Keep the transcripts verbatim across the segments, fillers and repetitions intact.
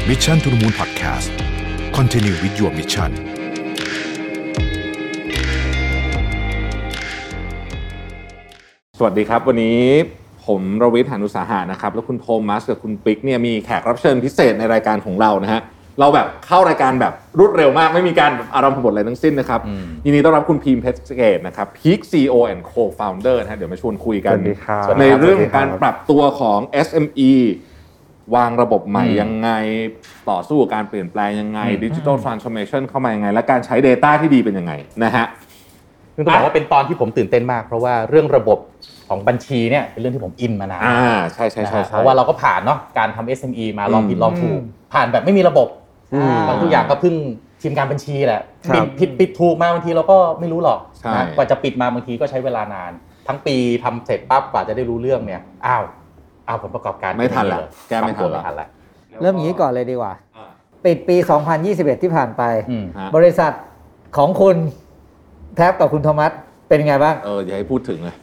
Mission to the Moon Podcast Continue with your mission สวัสดีครับวันนี้ผมรวิทย์ หาญอุตสาหะนะครับแล้วคุณโทมัสกับคุณปิ๊กเนี่ยมีแขกรับเชิญพิเศษในรายการของเรานะฮะเราแบบเข้ารายการแบบรวดเร็วมากไม่มีการอารมณ์บทอะไรทั้งสิ้นนะครับยินดีต้อนรับคุณพีมเพชรเกตนะครับ Peak ซี อี โอ and Co-founder นะฮะเดี๋ยวมาชวนคุยกันในเรื่องการปรับตัวของ เอส เอ็ม อี วางระบบใหม่ยังไงต่อสู้กับการเปลี่ยนแปลงยังไง Digital Transformation เข้ามายังไงและการใช้ data ที่ดีเป็นยังไงนะฮะต้องบอกว่าเป็นตอนที่ผมตื่นเต้นมากเพราะว่าเรื่องระบบของบัญชีเนี่ยเป็นเรื่องที่ผมอินมานานอ่าใช่ๆๆเพราะว่าเราก็ผ่านเนาะการทำ เอส เอ็ม อี มาลองผิดลองถูกผ่านแบบไม่มีระบบบางทุกอย่างก็พึ่งทีมการบัญชีแหละปิดผิดปิดถูกมาบางทีเราก็ไม่รู้หรอกนะกว่าจะปิดมาบางทีก็ใช้เวลานานทั้งปีทำเสร็จปั๊บกว่าจะได้รู้เรื่องเนี่ยอ้าวอ้าวผลประกอบการไม่ทันแล้วแก้ไม่ทันแล้วเริ่มอย่างนี้ก่อนเลยดีกว่าปิดปีสองพันยี่สิบเอ็ดที่ผ่านไปบริษัทของคุณแท็บกับคุณโทมัสเป็นยังไงบ้างเอออย่าให้พูดถึงเลย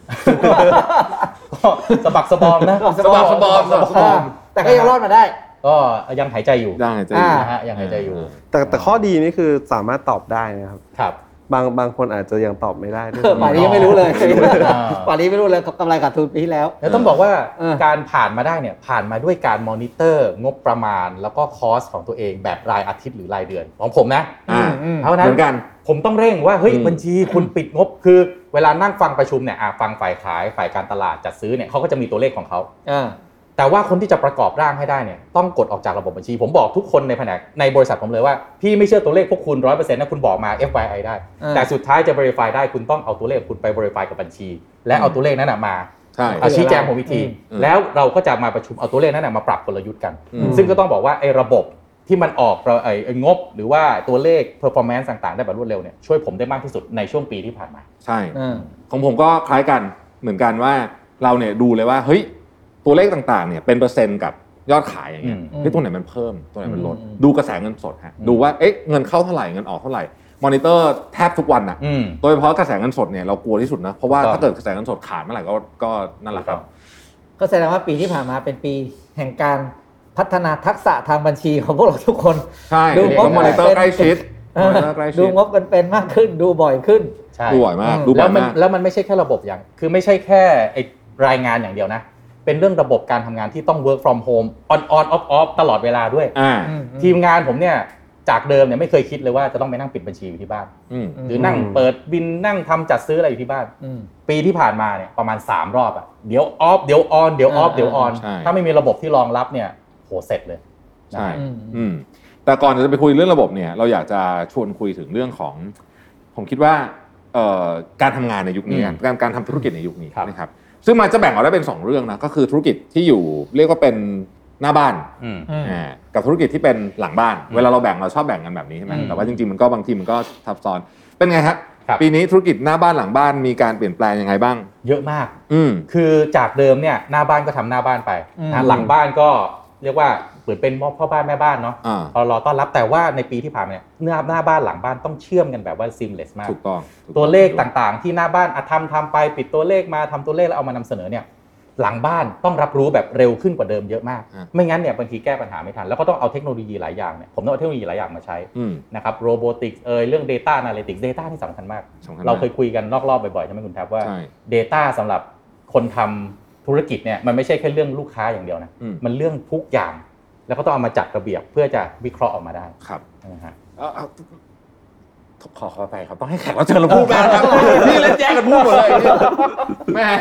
สะบักสะบอมนะสะบักสะบอมสะบักสะบอมแต่ก็ยังรอดมาได้ก็ยังหายใจอยู่ยังหายใจอยู่นะฮะยังหายใจอยู่แต่แต่ข้อดีนี่คือสามารถตอบได้นะครับครับบางบางคนอาจจะยังตอบไม่ได้ด้วยป่านนี้ยังไม่รู้เลยป่านนี้ไม่รู้เลยกำไรขาดทุนปีที่แล้วแล้วต้องบอกว่าการผ่านมาได้เนี่ยผ่านมาด้วยการมอนิเตอร์งบประมาณแล้วก็คอสของตัวเองแบบรายอาทิตย์หรือรายเดือนของผมนะเพราะนั้นผมต้องเร่งว่าเฮ้ยบัญชีคุณปิดงบคือเวลานั่งฟังประชุมเนี่ยฟังฝ่ายขายฝ่ายการตลาดจัดซื้อเนี่ยเขาก็จะมีตัวเลขของเขาแต่ว่าคนที่จะประกอบร่างให้ได้เนี่ยต้องกดออกจากระบบบัญชีผมบอกทุกคนในแผนกในบริษัทผมเลยว่าพี่ไม่เชื่อตัวเลขพวกคุณ ร้อยเปอร์เซ็นต์ นะคุณบอกมา เอฟ วาย ไอ ได้แต่สุดท้ายจะ verify ได้คุณต้องเอาตัวเลขคุณไป verify กับบัญชีและเอาตัวเลขนั้นมาเอาชี้แจงผมวิธีแล้วเราก็จะมาประชุมเอาตัวเลขนั้นมาปรับกลยุทธ์กันซึ่งก็ต้องบอกว่าไอ้ระบบที่มันออกไอ้งบหรือว่าตัวเลข performance ต่างๆได้แบบรวดเร็วเนี่ยช่วยผมได้มากที่สุดในช่วงปีที่ผ่านมาใช่ของผมก็คล้ายกันเหมือนกันว่าเราเนี่ยดูเลยว่าเฮ้ยตัวเลขต่างๆเนี่ยเป็นเปอร์เซ็นต์กับยอดขายอย่างเงี้ยที่ตัวไหนมันเพิ่มตัวไหนมันลดดูกระแสเงินสดฮะดูว่าเอ๊ะเงินเข้าเท่าไหร่เงินออกเท่าไหร่มอนิเตอร์แทบทุกวันน่ะโดยเฉพาะกระแสเงินสดเนี่ยเรากลัวที่สุดนะเพราะว่าถ้าเกิดกระแสเงินสดขาดเมื่อไหร่ก็ก็นั่นแหละครับก็แสดงว่าปีที่ผ่านมาเป็นปีแห่งการพัฒนาทักษะทางบัญชีของพวกเราทุกคนใช่ดูมอนิเตอร์ใกล้ชิดดูงบกันเป็นมากขึ้นดูบ่อยขึ้นดูบ่อยมากดูบ่อยมากแล้วมันไม่ใช่แค่ระบบอย่างคือไม่ใช่แค่ไอ้รายงานอย่างเดียวนะเป็นเรื่องระบบการทำงานที่ต้อง work from home on on off off ตลอดเวลาด้วยทีมงานผมเนี่ยจากเดิมเนี่ยไม่เคยคิดเลยว่าจะต้องไปนั่งปิดบัญชีอยู่ที่บ้านหรือนั่งเปิดบินนั่งทำจัดซื้ออะไรอยู่ที่บ้านปีที่ผ่านมาเนี่ยประมาณสามรอบอ่ะเดี๋ยว off เดี๋ยว on เดี๋ยว off เดี๋ยว on ถ้าไม่มีระบบที่รองรับเนี่ยโหเสร็จเลยใช่แต่ก่อนจะไปคุยเรื่องระบบเนี่ยเราอยากจะชวนคุยถึงเรื่องของผมคิดว่าการทำงานในยุคนี้การการทำธุรกิจในยุคนี้นะครับซึ่งมันจะแบ่งออกได้เป็นสองเรื่องนะก็คือธุรกิจที่อยู่เรียกว่าเป็นหน้าบ้านกับธุรกิจที่เป็นหลังบ้านเวลาเราแบ่งเราชอบแบ่งกันแบบนี้ใช่ไหมแต่ว่าจริงๆมันก็บางทีมันก็ซับซ้อนเป็นไงครับปีนี้ธุรกิจหน้าบ้านหลังบ้านมีการเปลี่ยนแปลงยังไงบ้างเยอะมากคือจากเดิมเนี่ยหน้าบ้านก็ทำหน้าบ้านไปนะหลังบ้านก็เรียกว่าเหมือนเป็นพ่อบ้านแม่บ้านเนาะรอต้อนรับแต่ว่าในปีที่ผ่านมาเนี่ยหน้าหน้าบ้านหลังบ้านต้องเชื่อมกันแบบว่า seamless มากถูกต้องตัวเลขต่างๆที่หน้าบ้านทำทำไปปิดตัวเลขมาทำตัวเลขแล้วเอามานำเสนอเนี่ยหลังบ้านต้องรับรู้แบบเร็วขึ้นกว่าเดิมเยอะมากไม่งั้นเนี่ยบางทีแก้ปัญหาไม่ทันแล้วก็ต้องเอาเทคโนโลยีหลายอย่างเนี่ยผมต้องเอาเทคโนโลยีหลายอย่างมาใช้นะครับโรบอติกส์เอ่ยเรื่อง data analytics data ที่สำคัญมากเราเคยคุยกันนอกรอบบ่อยๆใช่ไหมคุณแทบว่า data สำหรับคนทำธุรกิจเนี่ยมันไม่ใช่แค่เรื่องลูกค้าอย่างเดียวนะมันเรื่องทุกอย่างแล้วก็ต้องเอามาจัดระเบียบเพื่อจะวิเคราะห์ออกมาได้ครับนะฮะขอขอไปครับต้องให้แขกเราเชิญเราพูดมาครับพี่เล่นแจ้งกันพูดหมดเลยแม่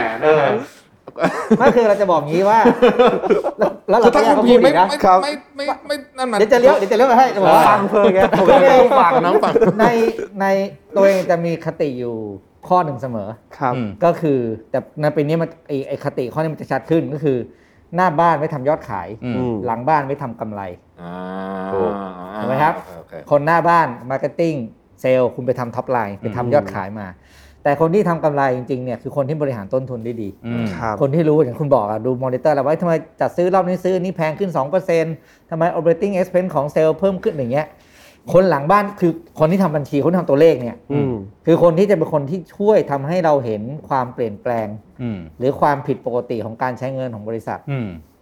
ไม่คือเราจะบอกงี้ว่าแล้วเราก็พูดอีกนะไม่ไม่ไม่นั่นมันเดี๋ยวจะเลี้ยวเดี๋ยวจะเลี้ยวไปให้ฟังเพิ่งแกฟังน้องฟังในในตัวเองจะมีคติอยู่ข้อหนึ่งเสมอครับก็คือแต่ในปีนี้มันไอไอคติข้อนี้มันจะชัดขึ้นก็คือหน้าบ้านไม่ทำยอดขายหลังบ้านไม่ทำกำไรถูกไหมครับคนหน้าบ้านมาร์เก็ตติ้งเซลล์คุณไปทำท็อปไลน์ไปทำยอดขายมาแต่คนที่ทำกำไรจริงๆเนี่ยคือคนที่บริหารต้นทุนได้ดีคนที่รู้อย่างคุณบอกอะดูมอนิเตอร์แล้วว่าทำไมจัดซื้อรอบนี้ซื้อนี้แพงขึ้น สองเปอร์เซ็นต์ ทำไม operating expense ของเซลล์เพิ่มขึ้นอย่างเงี้ยคนหลังบ้านคือคนที่ทำบัญชีคนที่ทำตัวเลขเนี่ยคือคนที่จะเป็นคนที่ช่วยทำให้เราเห็นความเปลี่ยนแปลงหรือความผิดปกติของการใช้เงินของบริษัท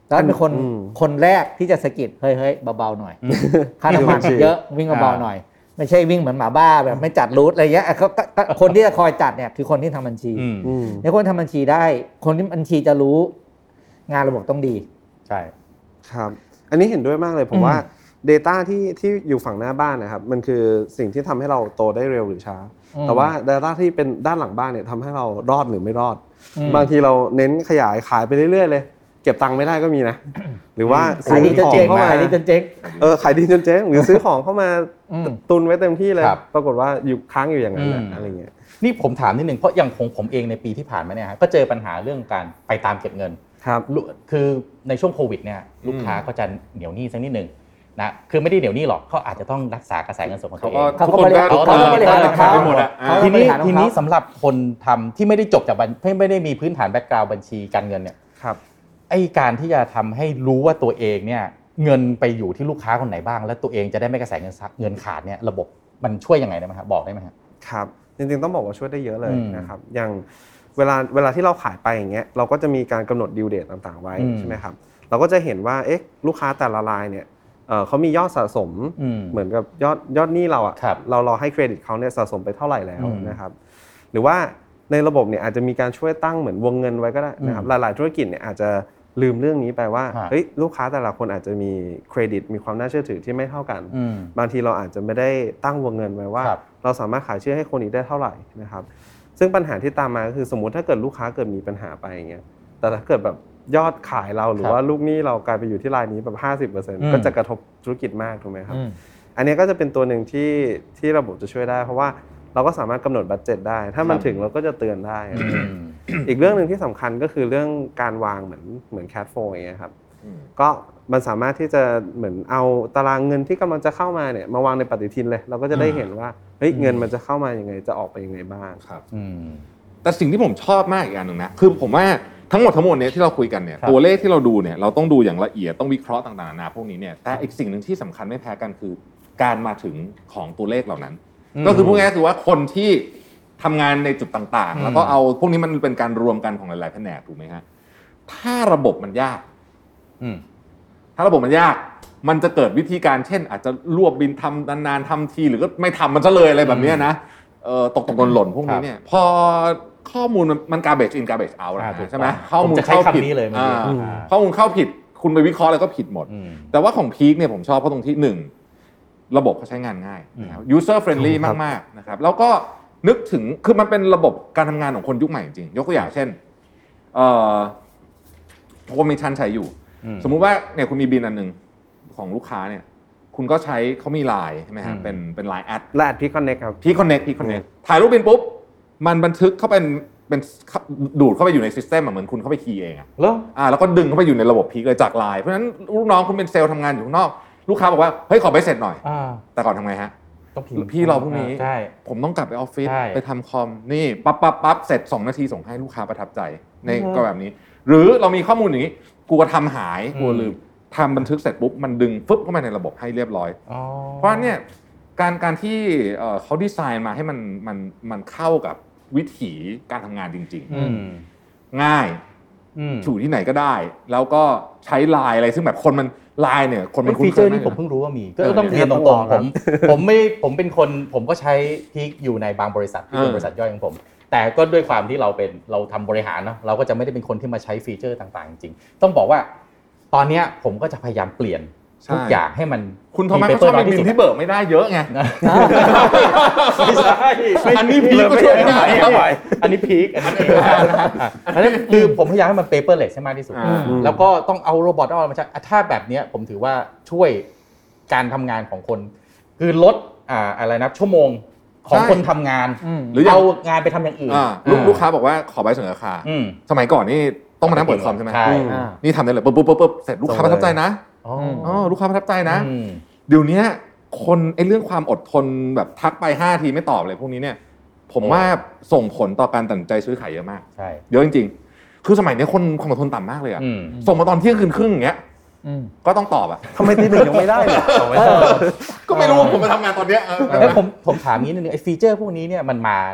แล้วเป็นคนคนแรกที่จะสะกิดเฮ้ยเฮ้ยเบาๆหน่อยค่าน้ำมันเยอะวิ่งเบาๆหน่อยไม่ใช่วิ่งเหมือนหมาบ้าแบบไม่จัดรูทอะไรเงี้ยเขาคนที่จะคอยจัดเนี่ยคือคนที่ทำบัญชีในคนทำบัญชีได้คนที่บัญชีจะรู้งานระบบต้องดีใช่ครับอันนี้เห็นด้วยมากเลยผมว่า data ที่ที่อยู่ฝั่งหน้าบ้านนะครับมันคือสิ่งที่ทำให้เราโตได้เร็วหรือช้าแต่ว่า data ที่เป็นด้านหลังบ้านเนี่ยทำให้เรารอดหรือไม่รอดบางทีเราเน้นขยายขายไปเรื่อยๆเลยเก็บตังค์ไม่ได้ก็มีนะหรือว่าซื้อของเข้ามาขายดีจนเจ๊งเออขายดีจนเจ๊งหรือซื้อของเข้ามาตุนไว้เต็มที่เลยปรากฏว่าอยู่ค้างอยู่อย่างนั้นอะไรเงี้ยนี่ผมถามนิดนึงเพราะอย่างของผมเองในปีที่ผ่านมาเนี่ยฮะก็เจอปัญหาเรื่องการไปตามเก็บเงินครับคือในช่วงโควิดเนี่ยลูกค้าก็จะเหนียวหนี้สักนิดนึงนะคือไม่ได้เหนียวหนี้หรอกเขาอาจจะต้องรักษากระแสเงินสดของตัวเองเขาก็บริหารเขาก็บริหารเขาไปหมดอ่ะทีนี้ทีนี้สำหรับคนทำที่ไม่ได้จบจากไม่ได้มีพื้นฐานแบ็คกราวด์บัญชีการเงินเนี่ยครับไอ้การที่จะทำให้รู้ว่าตัวเองเนี่ยเงินไปอยู่ที่ลูกค้าคนไหนบ้างแล้วตัวเองจะได้ไม่กระแสเงินเงินขาดเนี่ยระบบมันช่วยยังไงได้ไหมครับบอกได้ไหมครับครับจริงๆต้องบอกว่าช่วยได้เยอะเลยนะครับอย่างเวลาเวลาที่เราขายไปอย่างเงี้ยเราก็จะมีการกำหนดดิวเดทต่างๆไว้ใช่ไหมครับเราก็จะเห็นว่าเอ๊ะลูกค้าแต่ละรายเนี่ยเอ่อเขามียอดสะสมเหมือนกับยอดยอดหนี้เราอ่ะเรารอให้เครดิตเขาเนี่ยสะสมไปเท่าไหร่แล้วนะครับหรือว่าในระบบเนี่ยอาจจะมีการช่วยตั้งเหมือนวงเงินไว้ก็ได้นะครับหลายๆธุรกิจเนี่ยอาจจะลืมเรื่องนี้ไปว่าเฮ้ยลูกค้าแต่ละคนอาจจะมีเครดิตมีความน่าเชื่อถือที่ไม่เท่ากันบางทีเราอาจจะไม่ได้ตั้งวงเงินไว้ว่าเราสามารถขายเชื่อให้คนนี้ได้เท่าไหร่นะครับซึ่งปัญหาที่ตามมาก็คือสมมุติถ้าเกิดลูกค้าเกิดมีปัญหาไปอย่างเงี้ยแต่ถ้าเกิดแบบยอดขายเราหรือว่าลูกหนี้เรากลายไปอยู่ที่รายนี้แบบ ห้าสิบเปอร์เซ็นต์ ก็จะกระทบธุรกิจมากถูกไหมครับอันนี้ก็จะเป็นตัวหนึ่งที่ที่ระบบจะช่วยได้เพราะว่าเราก็สามารถกำหนดบัดเจ็ตได้ถ้ามันถึงเราก็จะเตือนได้อีกเรื่องนึงที่สำคัญก็คือเรื่องการวางเหมือนเหมือนแคชโฟลว์อย่างเงี้ยครับก็มันสามารถที่จะเหมือนเอาตารางเงินที่กำลังจะเข้ามาเนี่ยมาวางในปฏิทินเลยเราก็จะได้เห็นว่าเฮ้ยเงินมันจะเข้ามายังไงจะออกไปยังไงบ้างครับแต่สิ่งที่ผมชอบมากอีกอันนึงนะคือผมว่าทั้งหมดทั้งมวลนี้ที่เราคุยกันเนี่ยตัวเลขที่เราดูเนี่ยเราต้องดูอย่างละเอียดต้องวิเคราะห์ต่างๆนานาพวกนี้เนี่ยแต่อีกสิ่งนึงที่สำคัญไม่แพ้กันคือการมาถึงของตัวเลขเหล่านั้นก็คือพูดง่ายๆคือว่าคนที่ทำงานในจุดต่างๆแล้วก็เอาพวกนี้มันเป็นการรวมกันของหลายๆแผนกถูกไหมฮะถ้าระบบมันยากถ้าระบบมันยากมันจะเกิดวิธีการเช่นอาจจะรวบบินทำนานๆทำทีหรือก็ไม่ทำมันซะเลยอะไรแบบนี้นะตกตกหล่นๆพวกนี้เนี่ยพอข้อมูลมัน garbage in garbage out ใช่ไหมข้อมูลเข้าผิดข้อมูลเข้าผิดคุณไปวิเคราะห์แล้วก็ผิดหมดแต่ว่าของพีคเนี่ยผมชอบเพราะตรงที่หนึ่งระบบเขาใช้งานง่าย user friendly มากๆนะครับแล้วก็นึกถึงคือมันเป็นระบบการทำงานของคนยุคใหม่จริงยกตัวอย่างเช่นเอ่อผมมีชั้นใช้อยู่สมมุติว่าเนี่ยคุณมีบินอันนึงของลูกค้าเนี่ยคุณก็ใช้เขามี ไลน์ ใช่ไหมฮะเป็นเป็น ไลน์ แอดไลน์ P Connect ครับ P Connect P Connect ถ่ายรูปบินปุ๊บมันบันทึกเข้าเป็นเป็นดูดเข้าไปอยู่ในซิสเต็มเหมือนคุณเข้าไปคีย์เองอ่ะแล้วอ่าแล้วก็ดึงเข้าไปอยู่ในระบบพีคเลยจาก ไลน์ เพราะฉะนั้นลูกน้องคุณเป็นเซลล์ทำงานอยู่ข้างนอกลูกค้าบอกว่าเฮ้ยขอใบเสร็จหน่อยแต่ก่อนทำไงฮะพี่รอพรุ่งนี้ผมต้องกลับไปออฟฟิศไปทำคอมนี่ปั๊บปั๊บปั๊บเสร็จสองนาทีส่งให้ลูกค้าประทับใจในก็แบบนี้หรือเรามีข้อมูลอย่างนี้กูก็ทำหายกูลืมทำบันทึกเสร็จปุ๊บมันดึงฟึบเข้ามาในระบบให้เรียบร้อยเพราะเนี่ยการการที่เขาดีไซน์มาให้มันมันมันเข้ากับวิถีการทำงานจริงๆง่ายอยู่ที่ไหนก็ได้แล้วก็ใช้ ไลน์ อะไรซึ่งแบบคนมัน ไลน์ เนี่ยคนมันคุ้นเคยฟีเจอร์นี่ผมเพิ่งรู้ว่ามีก็ต้องเรียนตรงๆผมผมไม่ผมเป็นคนผมก็ใช้พีคอยู่ในบางบริษัทที่เป็นบริษัทย่อยของผมแต่ก็ด้วยความที่เราเป็นเราทำบริหารเนาะเราก็จะไม่ได้เป็นคนที่มาใช้ฟีเจอร์ต่างๆจริงๆต้องบอกว่าตอนนี้ผมก็จะพยายามเปลี่ยนทุกอย่างให้มันคุณโทมัสก็ชอบเป็นบินที่เบิกไม่ได้เยอะไงไม่ใช่อันนี้พีคก็ช่วยได้อันนี้พีคอันนี้อันนี้คือผมพยายามให้มัน paperless ให้มากที่สุดแล้วก็ต้องเอาโรบอทเอามาใช้ถ้าแบบนี้ผมถือว่าช่วยการทำงานของคนคือลดอ่าอะไรนะชั่วโมงของคนทำงานหรือเอางานไปทำอย่างอื่นลูกค้าบอกว่าขอใบเสนอราคาสมัยก่อนนี่ต้องมานั่งเปิดคอมใช่ไหมนี่ทำได้เลยปุ๊บปุ๊บปุ๊บเสร็จลูกค้าประทับใจนะอ๋อลูกค้าประทับใจนะเดี๋ยวนี้คนไอ้เรื่องความอดทนแบบทักไปห้าทีไม่ตอบเลยพวกนี้เนี่ยผมว่าส่งผลต่อการตัดสินใจซื้อขายเยอะมากใช่เยอะจริงๆคือสมัยนี้คนความอดทนต่ำมากเลยอ่ะส่งมาตอนเที่ยงคืนครึ่งอย่างเงี้ยก็ต้องตอบอ่ะทำไมตีหนึ่งยังไม่ได้เลยก็ไม่รู้ว่าผมไปทำงานตอนเนี้ยแล้วผมผมถามนิดนึงไอ้ฟีเจอร์พวกนี้เนี่ยมันมา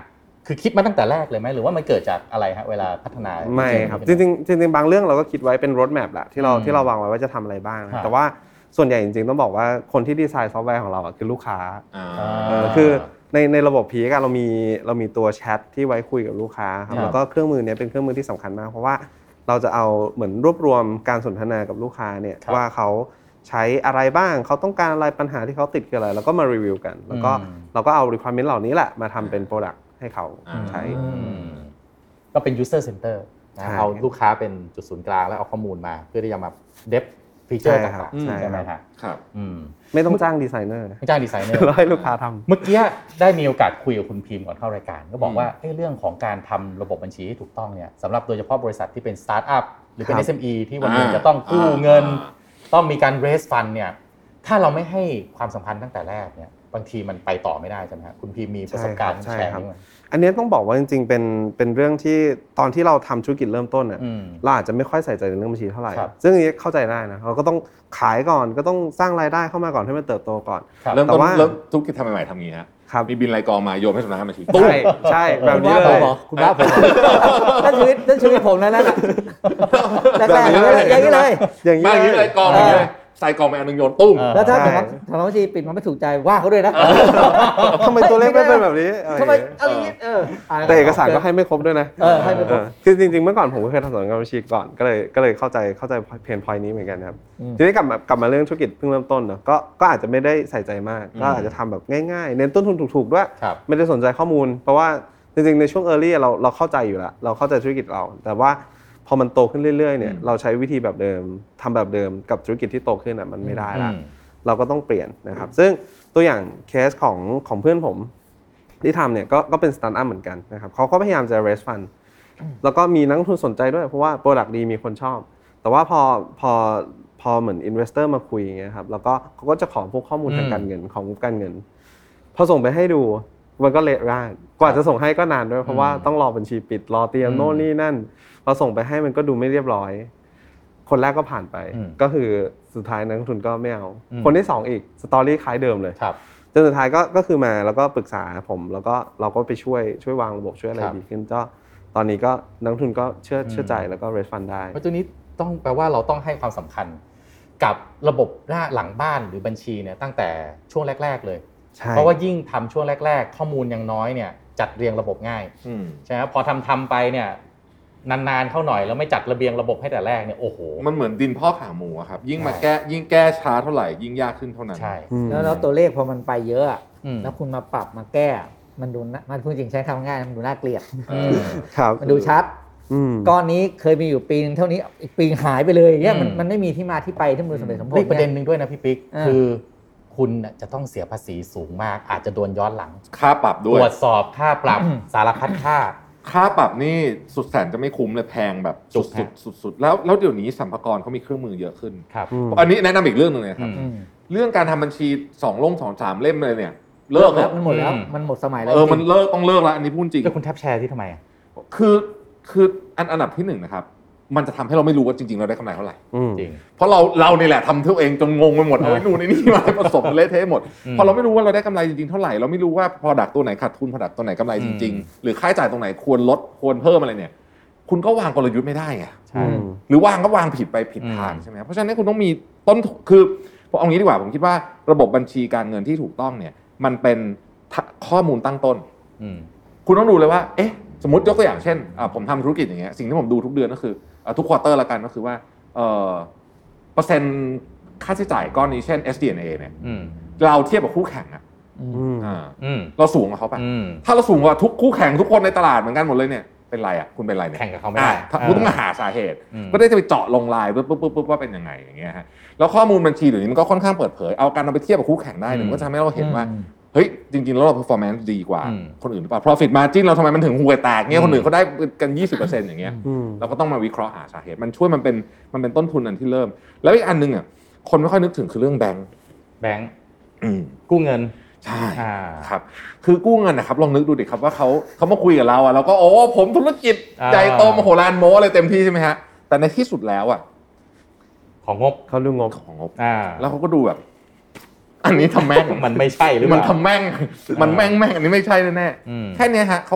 คือคิดมาตั้งแต่แรกเลยไหมหรือว่ามันเกิดจากอะไรฮะเวลาพัฒนาไม่ครับจริงๆจริงๆบางเรื่องเราก็คิดไว้เป็น road map แหละที่เราที่เราวางไว้ว่าจะทำอะไรบ้างแต่ว่าส่วนใหญ่จริงๆต้องบอกว่าคนที่ดีไซน์ซอฟต์แวร์ของเราคือลูกค้าคือในในระบบพีกเรามีเรามีตัวแชทที่ไว้คุยกับลูกค้าครับแล้วก็เครื่องมือนี้เป็นเครื่องมือที่สำคัญมากเพราะว่าเราจะเอาเหมือนรวบรวมการสนทนากับลูกค้าเนี่ยว่าเขาใช้อะไรบ้างเขาต้องการอะไรปัญหาที่เขาติดคืออะไรแล้วก็มารีวิวกันแล้วก็เราก็เอา requirement เหล่านี้แหละมาทำเป็น product ให้เขาใช้ก็เป็น user center นะเอาลูกค้าเป็นจุดศูนย์กลางแล้วเอาข้อมูลมาเพื่อที่จะมา dev ฟีเจอร์ต่างๆใช่ไหมครับครับไม่ต้องจ้างดีไซเนอร์ไม่จ้างดีไซเนอร์เราให้ลูกค้าทำเมื่อกี้ได้มีโอกาสคุยกับคุณพิมพ์ก่อนเข้ารายการก็บอกว่าเรื่องของการทำระบบบัญชีให้ถูกต้องเนี่ยสำหรับโดยเฉพาะบริษัทที่เป็นสตาร์ทอัพหรือเป็น เอส เอ็ม อี ที่วันนึงจะต้องกู้เงินต้องมีการ raise fund เนี่ยถ้าเราไม่ให้ความสำคัญตั้งแต่แรกเนี่ยบางทีมันไปต่อไม่ได้ใช่ไหมครับคุณพิมพ์มีประสบการณ์แชร์นี้มั้ยอันนี้ต้องบอกว่าจริงๆเป็นเป็นเรื่องที่ตอนที่เราทำธุรกิจเริ่มต้นน่ะเราอาจจะไม่ค่อยใส่ใจในเรื่องบัญชีเท่าไหร่ซึ่งอันนี้เข้าใจได้นะเราก็ต้องขายก่อนก็ต้องสร้างรายได้เข้ามาก่อนให้มันเติบโตก่อนเริ่มต้นเริ่มธุรกิจทำใหม่ๆทำงี้ฮะมีบินรายกองมาโยนให้สำนักงานบัญชีใช่ใช่แบบนี้เลยคุณบ้าผมนั่นชีวิตนั่นชีวิตผมแล้วนะแรกๆอย่างนี้เลยอย่างนี้รายกองอย่างนี้ใส่กล่องไปอันนึงโยนตุ้มแล้วถ้าสมมติสำนักบัญชีปิดมันไม่ถูกใจว่าเขาด้วยนะทำไมตัวเลขไม่เป็นแบบนี้ทำไมอะไรอย่างนี้แต่เอกสารก็ให้ไม่ครบด้วยนะให้ไม่ครบคือจริงๆเมื่อก่อนผมก็เคยทำสำนักงานบัญชีก่อนก็เลยก็เลยเข้าใจเข้าใจเพนพอยต์นี้เหมือนกันครับทีนี้กลับมากลับมาเรื่องธุรกิจเพิ่งเริ่มต้นเนาะก็ก็อาจจะไม่ได้ใส่ใจมากก็อาจจะทำแบบง่ายๆเน้นต้นทุนถูกๆด้วยไม่ได้สนใจข้อมูลเพราะว่าจริงๆในช่วง early เราเราเข้าใจอยู่แล้วเราเข้าใจธุรกิจเราแต่ว่าพอมันโตขึ้นเรื่อยๆเนี่ยเราใช้วิธีแบบเดิมทำแบบเดิมกับธุรกิจที่โตขึ้นอ่ะมันไม่ได้ละเราก็ต้องเปลี่ยนนะครับซึ่งตัวอย่างเคสของของเพื่อนผมที่ทำเนี่ยก็ก็เป็นสตาร์ทอัพเหมือนกันนะครับเขาก็พยายามจะ raise fund แล้วก็มีนักลงทุนสนใจด้วยเพราะว่า product ดีมีคนชอบแต่ว่าพอพอพอเหมือน investor มาคุยอย่างเงี้ยครับแล้วก็เขาก็จะขอพวกข้อมูลทางการเงินของการเงินพอส่งไปให้ดูมันก็เละร่างกว่าจะส่งให้ก็นานด้วยเพราะว่าต้องรอบัญชีปิดรอเตรียมโน่นนี่นั่นพอส่งไปให้มันก็ดูไม่เรียบร้อยคนแรกก็ผ่านไปก็คือสุดท้ายนักลงทุนก็ไม่เอาคนที่สองอีกสตอรี่คล้ายเดิมเลยจนสุดท้ายก็ก็คือมาแล้วก็ปรึกษาผมแล้วก็เราก็ไปช่วยช่วยวางระบบช่วยอะไรดีขึ้นก็ตอนนี้ก็นักลงทุนก็เชื่อเชื่อใจแล้วก็ raise fund ได้เพราะตัวนี้ต้องแปลว่าเราต้องให้ความสำคัญกับระบบหลังบ้านหรือบัญชีเนี่ยตั้งแต่ช่วงแรกๆเลยเพราะว่ายิ่งทำช่วงแรกๆข้อมูลยังน้อยเนี่ยจัดเรียงระบบง่ายใช่ไหมพอทำทำไปเนี่ยนานๆเข้าหน่อยแล้วไม่จัดระเบียงระบบให้แต่แรกเนี่ยโอ้โหมันเหมือนดินพ่อขาหมูครับยิ่งมาแก้ยิ่งแก้ช้าเท่าไหร่ยิ่งยากขึ้นเท่านั้นใช่แล้วตัวเลขพอมันไปเยอะแล้วคุณมาปรับมาแก้มันดูมันพูดจริงใช้คำง่ายมันดูน่าเกลียดมันดูชัดก้อนนี้เคยมีอยู่ปีนึงเท่านี้อีกปีหายไปเลยเนี่ยมันมันไม่มีที่มาที่ไปที่มือสมเด็จสมผลอีกประเด็นนึงด้วยนะพี่ปิ๊กคือคุณจะต้องเสียภาษีสูงมากอาจจะโดนย้อนหลังค่าปรับด้วยตรวจสอบค่าปรับสารพัดค่าค่าปรับนี่สุดแสนจะไม่คุ้มเลยแพงแบบสุดๆสุดๆแล้วแล้วเดี๋ยวนี้สรรพากรเขามีเครื่องมือเยอะขึ้นครับอันนี้แนะนำอีกเรื่องนึงเลยครับเรื่องการทำบัญชีสองลงสองสามเล่มเลยเนี่ยเลิกแล้วมันหมดแล้วมันหมดสมัยแล้วเออมันเลิกต้องเลิกแล้วอันนี้พูดจริงแล้วคุณแทบแชร์ที่ทำไมคือคืออันอันดับที่หนึ่งนะครับมันจะทำให้เราไม่รู้ว่าจริงๆเราได้กำไรเท่าไหร่จริงเพราะเราเรานี่แหละทำทุกเองจนงงไปหมดเอาไว้ดูในนี่มาผสมเละเทะหมดพอเราไม่รู้ว่าเราได้กำไรจริงๆเท่าไหร่เราไม่รู้ว่า product ตัวไหนขาดทุน product ตัวไหนกำไรจริงๆหรือค่าใช้จ่ายตรงไหนควรลดควรเพิ่มอะไรเนี่ยคุณก็วางกลยุทธ์ไม่ได้ไงหรือวางก็วางผิดไปผิดทางใช่ไหมเพราะฉะนั้นคุณต้องมีต้นคือผมเอางี้ดีกว่าผมคิดว่าระบบบัญชีการเงินที่ถูกต้องเนี่ยมันเป็นข้อมูลตั้งต้นคุณต้องดูเลยว่าเอ๊ะสมมติยกตัวอย่างเช่นผมทำธุรกิจอย่างเงี้ยสิ่งที่ผมดูทุกเดือนก็คือทุกควอเตอร์ละกันก็คือว่าเปอร์เซ็นต์ค่าใช้จ่ายก้อนนี้เช่น เอส ดี เอ็น เอ เนี่ยเราเทียบกับคู่แข่งอ่ะเราสูงกว่าเขาป่ะถ้าเราสูงกว่าทุกคู่แข่งทุกคนในตลาดเหมือนกันหมดเลยเนี่ยเป็นไรอ่ะคุณเป็นไรเนี่ยแข่งกับเขาไม่ได้คุณต้องมาหาสาเหตุก็ได้จะไปเจาะลงลายปุ๊บปุ๊บปุ๊บว่าเป็นยังไงอย่างเงี้ยฮะแล้วข้อมูลบัญชีเดี๋ยวนี้มันก็ค่อนข้างเปิดเผยเอาการเอาไปเทียบกับคู่แข่งได้เนี่ยมันก็จะทำให้เราเห็นว่าเฮ้ยจริงๆแล้วเรา performance ดีกว่าคนอื่นหรือเปล่า profit margin เราทำไมมันถึงห่วยแตกเงี้ยคนอื่นเขาได้กัน ยี่สิบเปอร์เซ็นต์ อย่างเงี้ยเราก็ต้องมาวิเคราะห์หาสาเหตุมันช่วยมันเป็นมันเป็นต้นทุนอันที่เริ่มแล้วอีกอันนึงอ่ะคนไม่ค่อยนึกถึงคือเรื่องแบงค์แบงค์กู้เงินใช่ครับคือกู้เงินนะครับลองนึกดูดิครับว่าเขาเขามาคุยกับเราอ่ะเราก็โอ้ผมธุรกิจใหญ่โตมโหฬารโม้อะไรเต็มที่ใช่ไหมฮะแต่ในที่สุดแล้วอ่ะของงบเขาดูงบของงบแล้วเขาก็ดูแบบอันนี้ทำแม่งมันไม่ใช่หรือมันทำแม่งมันแม่งแม่งอันนี้ไม่ใช่แน่ๆแค่นี้ฮะเขาก็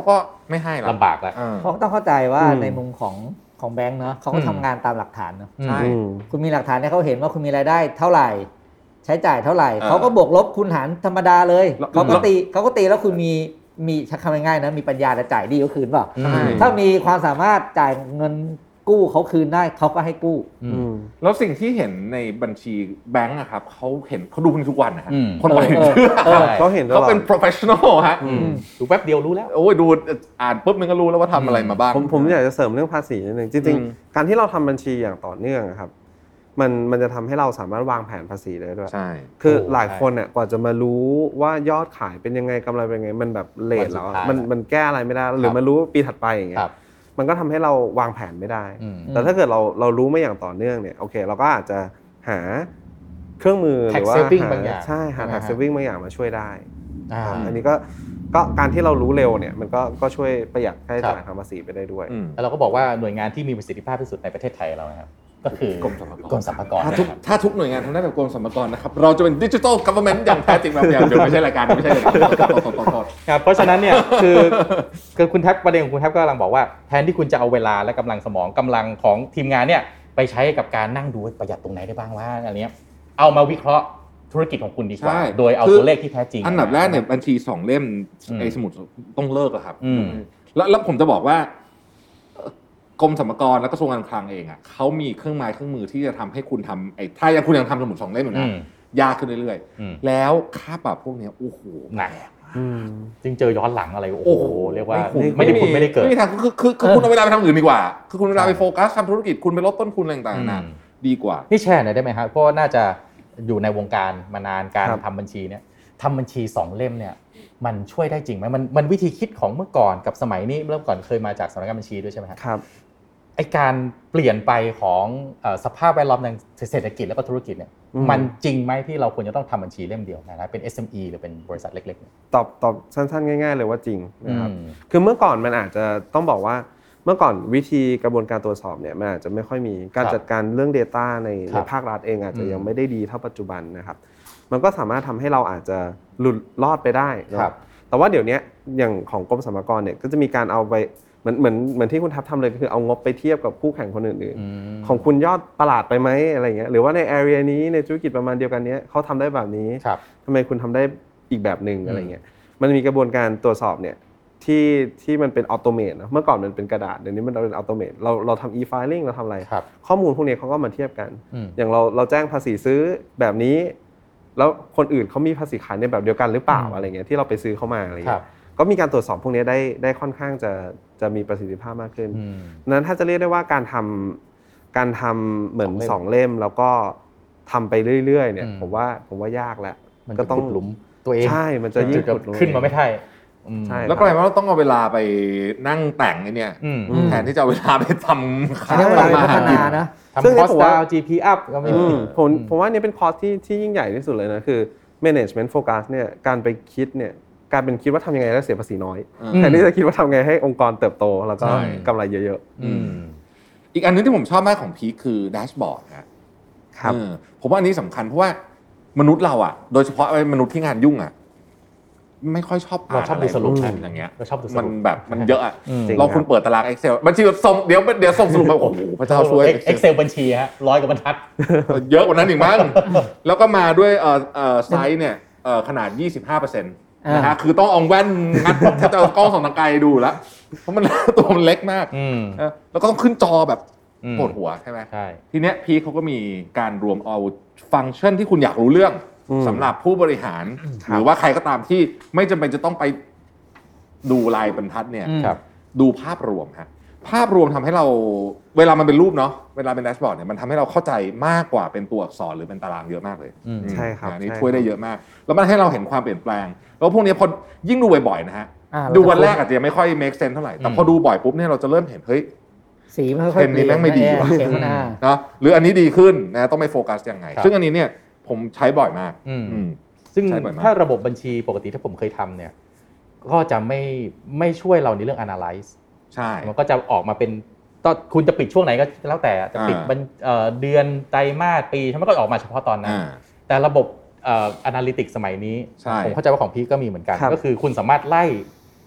ไม่ให้ลำบากแล้วเพราะต้องเข้าใจว่าในมุมของของแบงค์เนาะเขาก็ทำงานตามหลักฐานเนาะใช่คุณมีหลักฐานเนี่ยเขาเห็นว่าคุณมีรายได้เท่าไหร่ใช้จ่ายเท่าไหร่เขาก็บวกลบคุณหารธรรมดาเลยเขาก็ตีเขาก็ตีแล้วคุณมีมีชักคำง่ายๆนะมีปัญญาจะจ่ายดีก็คืนเปล่าถ้ามีความสามารถจ่ายเงินกู้เขาคืนได้เขาก็ให้กู้แล้วสิ่งที่เห็นในบัญชีแบงก์อะครับเขาเห็นเขาดูทุกวันนะฮะคนเราเห็นเชื่อเขาเห็นเขาเป็น professional ฮะดูแป๊บเดียวรู้แล้วโอ้ยดูอ่านปุ๊บมันก็รู้แล้วว่าทำอะไรมาบ้างผมผมอยากจะเสริมเรื่องภาษีนิดนึงจริงๆการที่เราทำบัญชีอย่างต่อเนื่องครับมันมันจะทำให้เราสามารถวางแผนภาษีได้ด้วยใช่คือหลายคนเนี่ยกว่าจะมารู้ว่ายอดขายเป็นยังไงกำไรเป็นยังไงมันแบบเลทแล้วมันมันแก้อะไรไม่ได้หรือมารู้ปีถัดไปอย่างเงี้ยมันก็ทำให้เราวางแผนไม่ได้แต่ถ้าเกิดเราเรารู้มาอย่างต่อเนื่องเนี่ยโอเคเราก็อาจจะหาเครื่องมือหรือว่าใช่หา tax saving บางอย่างมาช่วยได้อันนี้ก็ก็การที่เรารู้เร็วเนี่ยมันก็ก็ช่วยประหยัดค่าใช้จ่ายทางภาษีไปได้ด้วยแล้วเราก็บอกว่าหน่วยงานที่มีประสิทธิภาพที่สุดในประเทศไทยเรานะครับก็คือกรมสรรพากรกรมสรรพากรถ้าทุกถ้าทุกหน่วยงานทำได้แบบกรมสรรพากรนะครับเราจะเป็นดิจิทัลกัฟเวอร์เมนต์อย่างแท้จริงแบบอย่างเดี๋ยวไม่ใช่รายการไม่ใช่รายการครับเพราะฉะนั้นเนี่ยคือคือคุณแท็บประเด็นของคุณแท็บก็กำลังบอกว่าแทนที่คุณจะเอาเวลาและกำลังสมองกำลังของทีมงานเนี่ยไปใช้กับการนั่งดูประหยัดตรงไหนได้บ้างว่าอะไรเงี้ยเอามาวิเคราะห์ธุรกิจของคุณดีกว่าโดยเอาตัวเลขที่แท้จริงอันดับแรกเนี่ยบัญชีสองเล่มไอ้สมุดต้องเลิกอะครับแล้วแล้วผมจะบอกว่ากรมสรรพากรและกระทรวงการคลังเองอ่ะเขามีเครื่องไม้เครื่องมือที่จะทำให้คุณทำไอ้ถ้ายังคุณยังทำสมุดสองเล่มอยู่นะยากขึ้นเรื่อยๆแล้วค่าปรับพวกนี้โอ้โหหนักจริงเจอย้อนหลังอะไรโอ้โหเรียกว่าไม่ได้คุณไม่ได้เกิดไม่มีทางคือคือคือคุณเอาเวลาไปทำอื่นดีกว่าคือคุณเวลาไปโฟกัสทำธุรกิจคุณไปลดต้นทุนอะไรต่างๆนะดีกว่านี่แชร์หน่อยได้ไหมครับเพราะน่าจะอยู่ในวงการมานานการทำบัญชีเนี่ยทำบัญชีสองเล่มเนี่ยมันช่วยได้จริงไหมมันมันวิธีคิดของเมื่อก่อนกับสมัยนี้เริ่มก่อนเคยมาจากสำนักงานบัญชีด้วยใช่ไหมครับไอการเปลี่ยนไปของสภาพแวดล้อมทางเศรษฐกิจแล้วก็ธุรกิจเนี่ยมันจริงไหมที่เราควรจะต้องทำบัญชีเล่มเดียวนะเป็น เอส เอ็ม อี หรือเป็นบริษัทเล็กๆตอบตอบสั้นๆง่ายๆเลยว่าจริงนะครับคือเมื่อก่อนมันอาจจะต้องบอกว่าเมื่อก่อนวิธีกระบวนการตรวจสอบเนี่ยมันอาจจะไม่ค่อยมีการจัดการเรื่อง data ในในภาครัฐเองอาจจะยังไม่ได้ดีเท่าปัจจุบันนะครับมันก็สามารถทำให้เราอาจจะหลุดรอดไปได้นะครับแต่ว่าเดี๋ยวนี้อย่างของกรมสรรพากรเนี่ยก็จะมีการเอาไปเหมือนเหมือนเหมือนที่คุณทับทำเลยก็คือเอางบไปเทียบกับคู่แข่งคนอื่นๆของคุณยอดตลาดไปไหมอะไรเงี้ยหรือว่าใน area นี้ในธุรกิจประมาณเดียวกันนี้เขาทำได้แบบนี้ทำไมคุณทำได้อีกแบบนึงอะไรเงี้ยมันมีกระบวนการตรวจสอบเนี่ยที่ที่มันเป็นออโตเมตนะเมื่อก่อนมันเป็นกระดาษเดี๋ยวนี้มันเป็นออโตเมตเราเราทำ e-filing เราทำอะไรข้อมูลพวกนี้เขาก็มาเทียบกันอย่างเราเราแจ้งภาษีซื้อแบบนี้แล้วคนอื่นเขามีภาษีขายในแบบเดียวกันหรือเปล่าอะไรเงี้ยที่เราไปซื้อเข้ามาอะไรเงี้ยก็มีการตรวจสอบพวกนี้ได้ได้ค่อนข้างจะจะมีประสิทธิภาพมากขึ้นนั้นถ้าจะเรียกได้ว่าการทำการทำเหมือนสองเล่มแล้วก็ทำไปเรื่อยๆเนี่ยผมว่าผมว่ายากแล้วก็ต้องหลุมตัวเองใช่มันจะยิ่งขึ้นมาไม่ได้แล้วก็แปลว่าเราต้องเอาเวลาไปนั่งแต่งไอ้เนี่ยแทนที่จะเอาเวลาไปทำขายเวลาไปพัฒนานะทำคอสต์ดาว จี พี up ก็ไม่ผมผมว่านี่เป็นคอร์สที่ที่ยิ่งใหญ่ที่สุดเลยนะคือ management focus เนี่ยการไปคิดเนี่ยการเป็นคิดว่าทำยังไงแล้วเสียภาษีน้อยแทนที่จะคิดว่าทำไงให้องค์กรเติบโตแล้วก็กำไรเยอะๆอีกอันนึงที่ผมชอบมากของพีคคือแดชบอร์ดครับผมว่าอันนี้สำคัญเพราะว่ามนุษย์เราอ่ะโดยเฉพาะมนุษย์ที่งานยุ่งอ่ะไม่ค่อยชอบเราชอบดูสรุปอย่างเงี้ยเราชอบดูสรุปมันแบบมันเยอะอ่ะเราคุณเปิดตาราง Excel บัญชีส่งเดี๋ยวเดี๋ยวส่งสรุปมาโอ้โหพระเจ้าช่วย Excel บัญชีฮะร้อยกว่าบรรทัดเยอะกว่านั้นอีกมั้งแล้วก็มาด้วยเอ่อเอ่อไซส์เนี่ยเอ่อขนาด ยี่สิบห้าเปอร์เซ็นต์ นะฮะคือต้องเอาแว่นงัดถ้าจะเอากล้องส่องทางไกลดูแล้วเพราะมันตัวมันเล็กมากแล้วก็ต้องขึ้นจอแบบปวดหัวใช่ไหมใช่ทีเนี้ยพีเขาก็มีการรวมเอาฟังก์ชันที่คุณอยากรู้เรื่องสำหรับผู้บริหารหรือว่าใครก็ตามที่ไม่จำเป็นจะต้องไปดูลายบรรทัดเนี่ยดูภาพรวมฮะภาพรวมทำให้เราเวลามันเป็นรูปเนาะเวลาเป็นแดชบอร์ดเนี่ยมันทำให้เราเข้าใจมากกว่าเป็นตัวอักษรหรือเป็นตารางเยอะมากเลยใช่ครับอันนี้ช่วยได้เยอะมากแล้วมันให้เราเห็นความเปลี่ยนแปลงแล้วพวกนี้พอยิ่งดูบ่อยๆนะฮะดูวันแรกอาจจะไม่ค่อย make sense เท่าไหร่แต่พอดูบ่อยปุ๊บเนี่ยเราจะเริ่มเห็นเฮ้ยสีมันค่อยๆเปลี่ยนแม่งไม่ดีเนาะหรืออันนี้ดีขึ้นนะต้องไปโฟกัสยังไงซึ่งอันนี้เนี่ยผมใช้บ่อยมากซึ่งถ้าระบบบัญชีปกติที่ผมเคยทำเนี่ยก็จะไม่ไม่ช่วยเราในเรื่อง analyze ใช่มันก็จะออกมาเป็นตอนคุณจะปิดช่วงไหนก็แล้วแต่จะปิดเดือนไตรมาสปีมันก็ออกมาเฉพาะตอนนั้นแต่ระบบ analytics สมัยนี้ผมเข้าใจว่าของพี่ก็มีเหมือนกันก็คือคุณสามารถไล่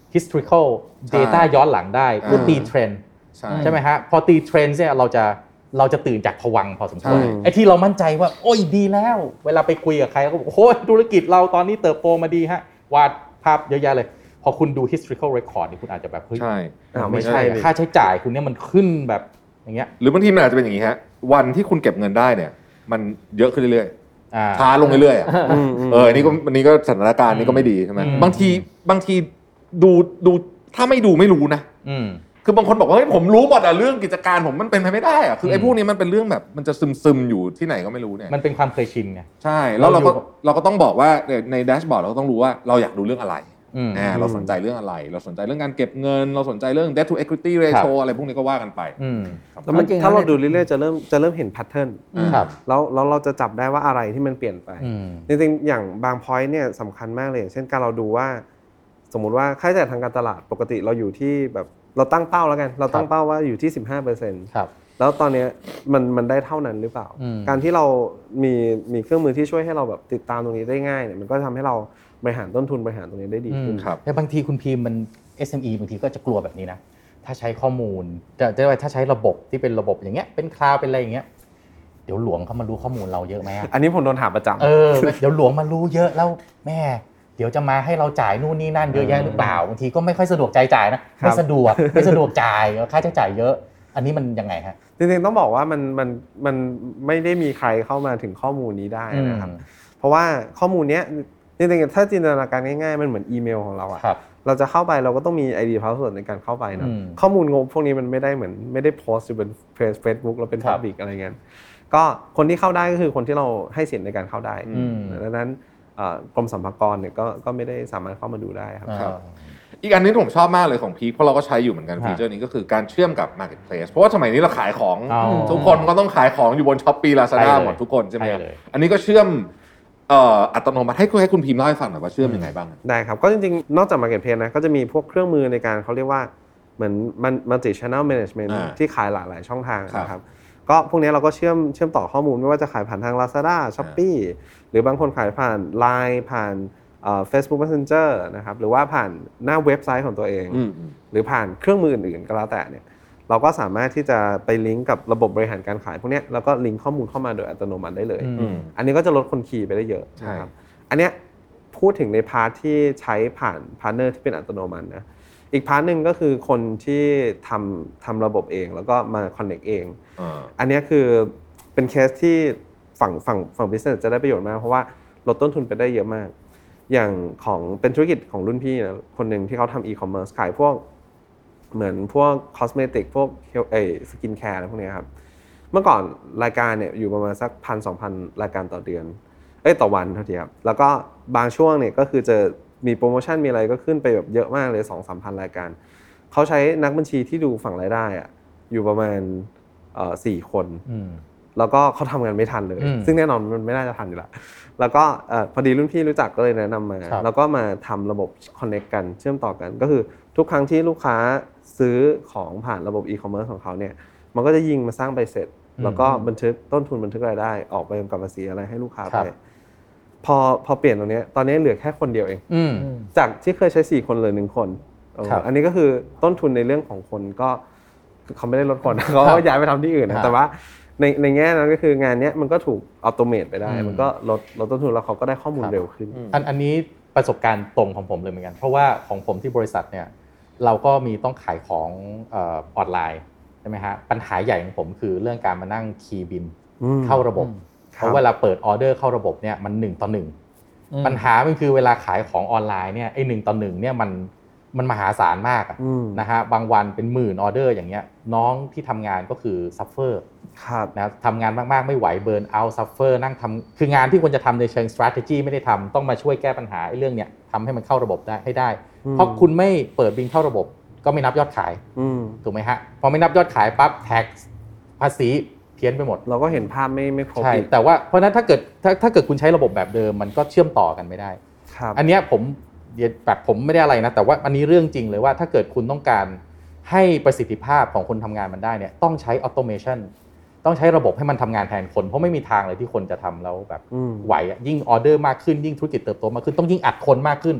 historical data ย้อนหลังได้เพื่อตีเทรนด์ใช่ไหมฮะพอตีเทรนด์เนี่ยเราจะเราจะตื่นจากผวังค์พอสมควรไอ้ที่เรามั่นใจว่าโอ้ยดีแล้วเวลาไปคุยกับใครก็บอกโอ้ยธุรกิจเราตอนนี้เติบโตมาดีฮะวาดภาพเยอะแยะเลยพอคุณดู historical record นี่คุณอาจจะแบบเฮ้ยไม่ใช่ค่าใช้จ่ายคุณเนี่ยมันขึ้นแบบอย่างเงี้ยหรือบางทีมันอาจจะเป็นอย่างงี้ฮะวันที่คุณเก็บเงินได้เนี่ยมันเยอะขึ้นเรื่อยๆช้าลงเรื่อยๆอ่ะเออนี่ก็อันนี้ก็สถานการณ์นี้ก็ไม่ดีใช่ไหมบางทีบางทีดูดูถ้าไม่ดูไม่รู้นะคือบางคนบอกว่าเฮ้ยผมรู้หมดอะเรื่องกิจการผมมันเป็นไปไม่ได้อะคือไอ้พวกนี้มันเป็นเรื่องแบบมันจะซึมๆอยู่ที่ไหนก็ไม่รู้เนี่ยมันเป็นความเคยชินไงใช่แล้วเราก็เราก็ต้องบอกว่าในแดชบอร์ดเราก็ต้องรู้ว่าเราอยากดูเรื่องอะไรอ่าเราสนใจเรื่องอะไรเราสนใจเรื่องการเก็บเงินเราสนใจเรื่อง debt to equity ratio อะไรพวกนี้ก็ว่ากันไปแล้วมันถ้าเราดูเรื่อยๆจะเริ่มจะเริ่มเห็นแพทเทิร์นแล้วแล้วเราจะจับได้ว่าอะไรที่มันเปลี่ยนไปจริงๆอย่างบาง point เนี่ยสำคัญมากเลยเช่นการเราดูว่าสมมุติว่าค่าใช้จ่ายทางการตลาดปกติเราอยู่ที่แบบเราตั้งเป้าแล้วกันเราตั้งเป้าว่าอยู่ที่ สิบห้าเปอร์เซ็นต์ ครับแล้วตอนนี้มันมันได้เท่านั้นหรือเปล่าการที่เรามีมีเครื่องมือที่ช่วยให้เราแบบติดตามตรงนี้ได้ง่ายเนี่ยมันก็ทำให้เราบริหารต้นทุนบริหารตรงนี้ได้ดีขึ้นครับแต่บางทีคุณพีมมัน เอส เอ็ม อี บางทีก็จะกลัวแบบนี้นะถ้าใช้ข้อมูลจะจะว่าถ้าใช้ระบบที่เป็นระบบอย่างเงี้ยเป็นคลาวด์เป็นอะไรอย่างเงี้ยเดี๋ยวหลวงเขามารู้ข้อมูลเราเยอะไหมอันนี้ผมโดนถามประจำเออเดี๋ยวหลวงมารู้เยอะแล้วแม่เดี๋ยวจะมาให้เราจ่ายนู่นนี่นั่นเยอะแยะหรือเปล่าบางทีก็ไม่ค่อยสะดวกใจจ่ายนะไม่สะดวกไม่สะดวกจ่ายค่าใช้จ่ายเยอะอันนี้มันยังไงฮะจริงๆต้องบอกว่ามันมันมันไม่ได้มีใครเข้ามาถึงข้อมูลนี้ได้นะครับเพราะว่าข้อมูลเนี้ยจริงๆถ้าจินตนาการง่ายๆมันเหมือนอีเมลของเราอ่ะเราจะเข้าไปเราก็ต้องมี ไอ ดี password ในการเข้าไปเนาะข้อมูลงบพวกนี้มันไม่ได้เหมือนไม่ได้โพสต์อยู่บน Facebook แล้วเป็น public อะไรเงี้ยก็คนที่เข้าได้ก็คือคนที่เราให้สิทธิ์ในการเข้าได้ดังนั้นกรมสรรพากรเนี่ยก็ก็ไม่ได้สามารถเข้ามาดูได้ครับอีกอันนึงผมชอบมากเลยของพีคเพราะเราก็ใช้อยู่เหมือนกันฟีเจอร์นี้ก็คือการเชื่อมกับ Marketplace เพราะว่าสมัยนี้เราขายของทุกคนก็ต้องขายของอยู่บน Shopee Lazada หมดทุกคนใช่ไหมอันนี้ก็เชื่อมอัตโนมัติให้คุณให้คุณพิมพ์เล่าให้ฟังหน่อยว่าเชื่อมยังไงบ้างได้ครับก็จริงๆนอกจาก Marketplace นะก็จะมีพวกเครื่องมือในการเขาเรียกว่าเหมือน Multi Channel Management ที่ขายหลากหลายช่องทางนะครับก็พวกนี้เราก็เชื่อมเชื่อมต่อข้อมูลไม่ว่าจะขายผ่านทาง Lazada Shopee หรือบางคนขายผ่าน ไลน์ ผ่านเอ่อ Facebook Messenger นะครับหรือว่าผ่านหน้าเว็บไซต์ของตัวเองหรือผ่านเครื่องมืออื่นๆก็แล้วแต่เนี่ยเราก็สามารถที่จะไปลิงก์กับระบบบริหารการขายพวกนี้แล้วก็ลิงก์ข้อมูลเข้ามาโดยอัตโนมัติได้เลยอันนี้ก็จะลดคนคีย์ไปได้เยอะนะครับอันเนี้ยพูดถึงในพาร์ทที่ใช้ผ่านพาร์ทเนอร์ที่เป็นอัตโนมัตินะอีกพาร์ทนึงก็คือคนที่ทำทำระบบเองแล้วก็มาคอนเนคเองอันนี้คือเป็นเคสที่ฝั่งฝั่งฝั่ง business จะได้ประโยชน์มากเพราะว่าลดต้นทุนไปได้เยอะมากอย่างของเป็นธุรกิจของรุ่นพี่นะคนหนึ่งที่เขาทำอีคอมเมิร์ซขายพวกเหมือนพวกคอสเมติกพวกเอ่อสกินแคร์อะไรพวกนี้ครับเมื่อก่อนรายการเนี่ยอยู่ประมาณสัก หนึ่งพัน สองพัน รายการต่อเดือนเอ้ยต่อวันเท่าที่ครับแล้วก็บางช่วงเนี่ยก็คือจะมีโปรโมชั่นมีอะไรก็ขึ้นไปแบบเยอะมากเลย สองถึงสามพัน รายการเขาใช้นักบัญชีที่ดูฝั่งรายได้อ่ะอยู่ประมาณเอ่อสี่คนแล้วก็เขาทำงานไม่ทันเลยซึ่งแน่นอนมันไม่น่าจะทันอยู่แล้วแล้วก็พอดีรุ่นพี่รู้จักก็เลยแนะนำมาแล้วก็มาทำระบบ connect กันเชื่อมต่อกันก็คือทุกครั้งที่ลูกค้าซื้อของผ่านระบบอีคอมเมิร์ซของเขาเนี่ยมันก็จะยิงมาสร้างใบเสร็จแล้วก็บันทึกต้นทุนบันทึกรายได้ออกไปกับภาษีอะไรให้ลูกค้าไปพอพอเปลี่ยนตรงนี้ตอนนี้เหลือแค่คนเดียวเองจากที่เคยใช้สี่คนเหลือหนึ่งคนอันนี้ก็คือต้นทุนในเรื่องของคนก็เขาไม่ได้ลดคนเขาย้ายไปทำที่อื่นนะแต่ว่าในในแง่นั้นก็คืองานนี้มันก็ถูกอัตโนมัติไปได้มันก็ลดลดต้นทุนแล้วเขาก็ได้ข้อมูลเร็วขึ้นอันอันนี้ประสบการณ์ตรงของผมเลยเหมือนกันเพราะว่าของผมที่บริษัทเนี่ยเราก็มีต้องขายของออนไลน์ใช่ไหมฮะปัญหาใหญ่ของผมคือเรื่องการมานั่งคีย์บินเข้าระบบเพราะเวลาเปิดออเดอร์เข้าระบบเนี่ยมันหนึ่งต่อหนึ่งปัญหามันคือเวลาขายของออนไลน์เนี่ยไอ้หนึ่งต่อหนึ่งเนี่ยมันมันมหาศาลมากนะฮะบางวันเป็นหมื่นออเดอร์อย่างเงี้ยน้องที่ทำงานก็คือซัฟเฟอร์นะทำงานมากๆไม่ไหวเบิร์นเอาซัฟเฟอร์นั่งทำคืองานที่ควรจะทำในเชิง strategy ไม่ได้ทำต้องมาช่วยแก้ปัญหาไอ้เรื่องเนี้ยทำให้มันเข้าระบบได้ให้ได้เพราะคุณไม่เปิดบินเข้าระบบก็ไม่นับยอดขายถูกไหมฮะพอไม่นับยอดขายปั๊บ tax ภาษีเพี้ยนไปหมดเราก็เห็นภาพไม่ไม่ครบใช่แต่ว่าเพราะนั้นถ้าเกิดถ้าถ้าเกิดคุณใช้ระบบแบบเดิมมันก็เชื่อมต่อกันไม่ได้อันเนี้ยผมแบบผมไม่ได้อะไรนะแต่ว่าอันนี้เรื่องจริงเลยว่าถ้าเกิดคุณต้องการให้ประสิทธิภาพของคนทำงานมันได้เนี่ยต้องใช้ออโตเมชันต้องใช้ระบบให้มันทำงานแทนคนเพราะไม่มีทางเลยที่คนจะทำแล้วแบบไหวยิ่งออเดอร์มากขึ้นยิ่งธุรกิจเติบโตมากขึ้นต้องยิ่งอัดคนมากขึ้นโ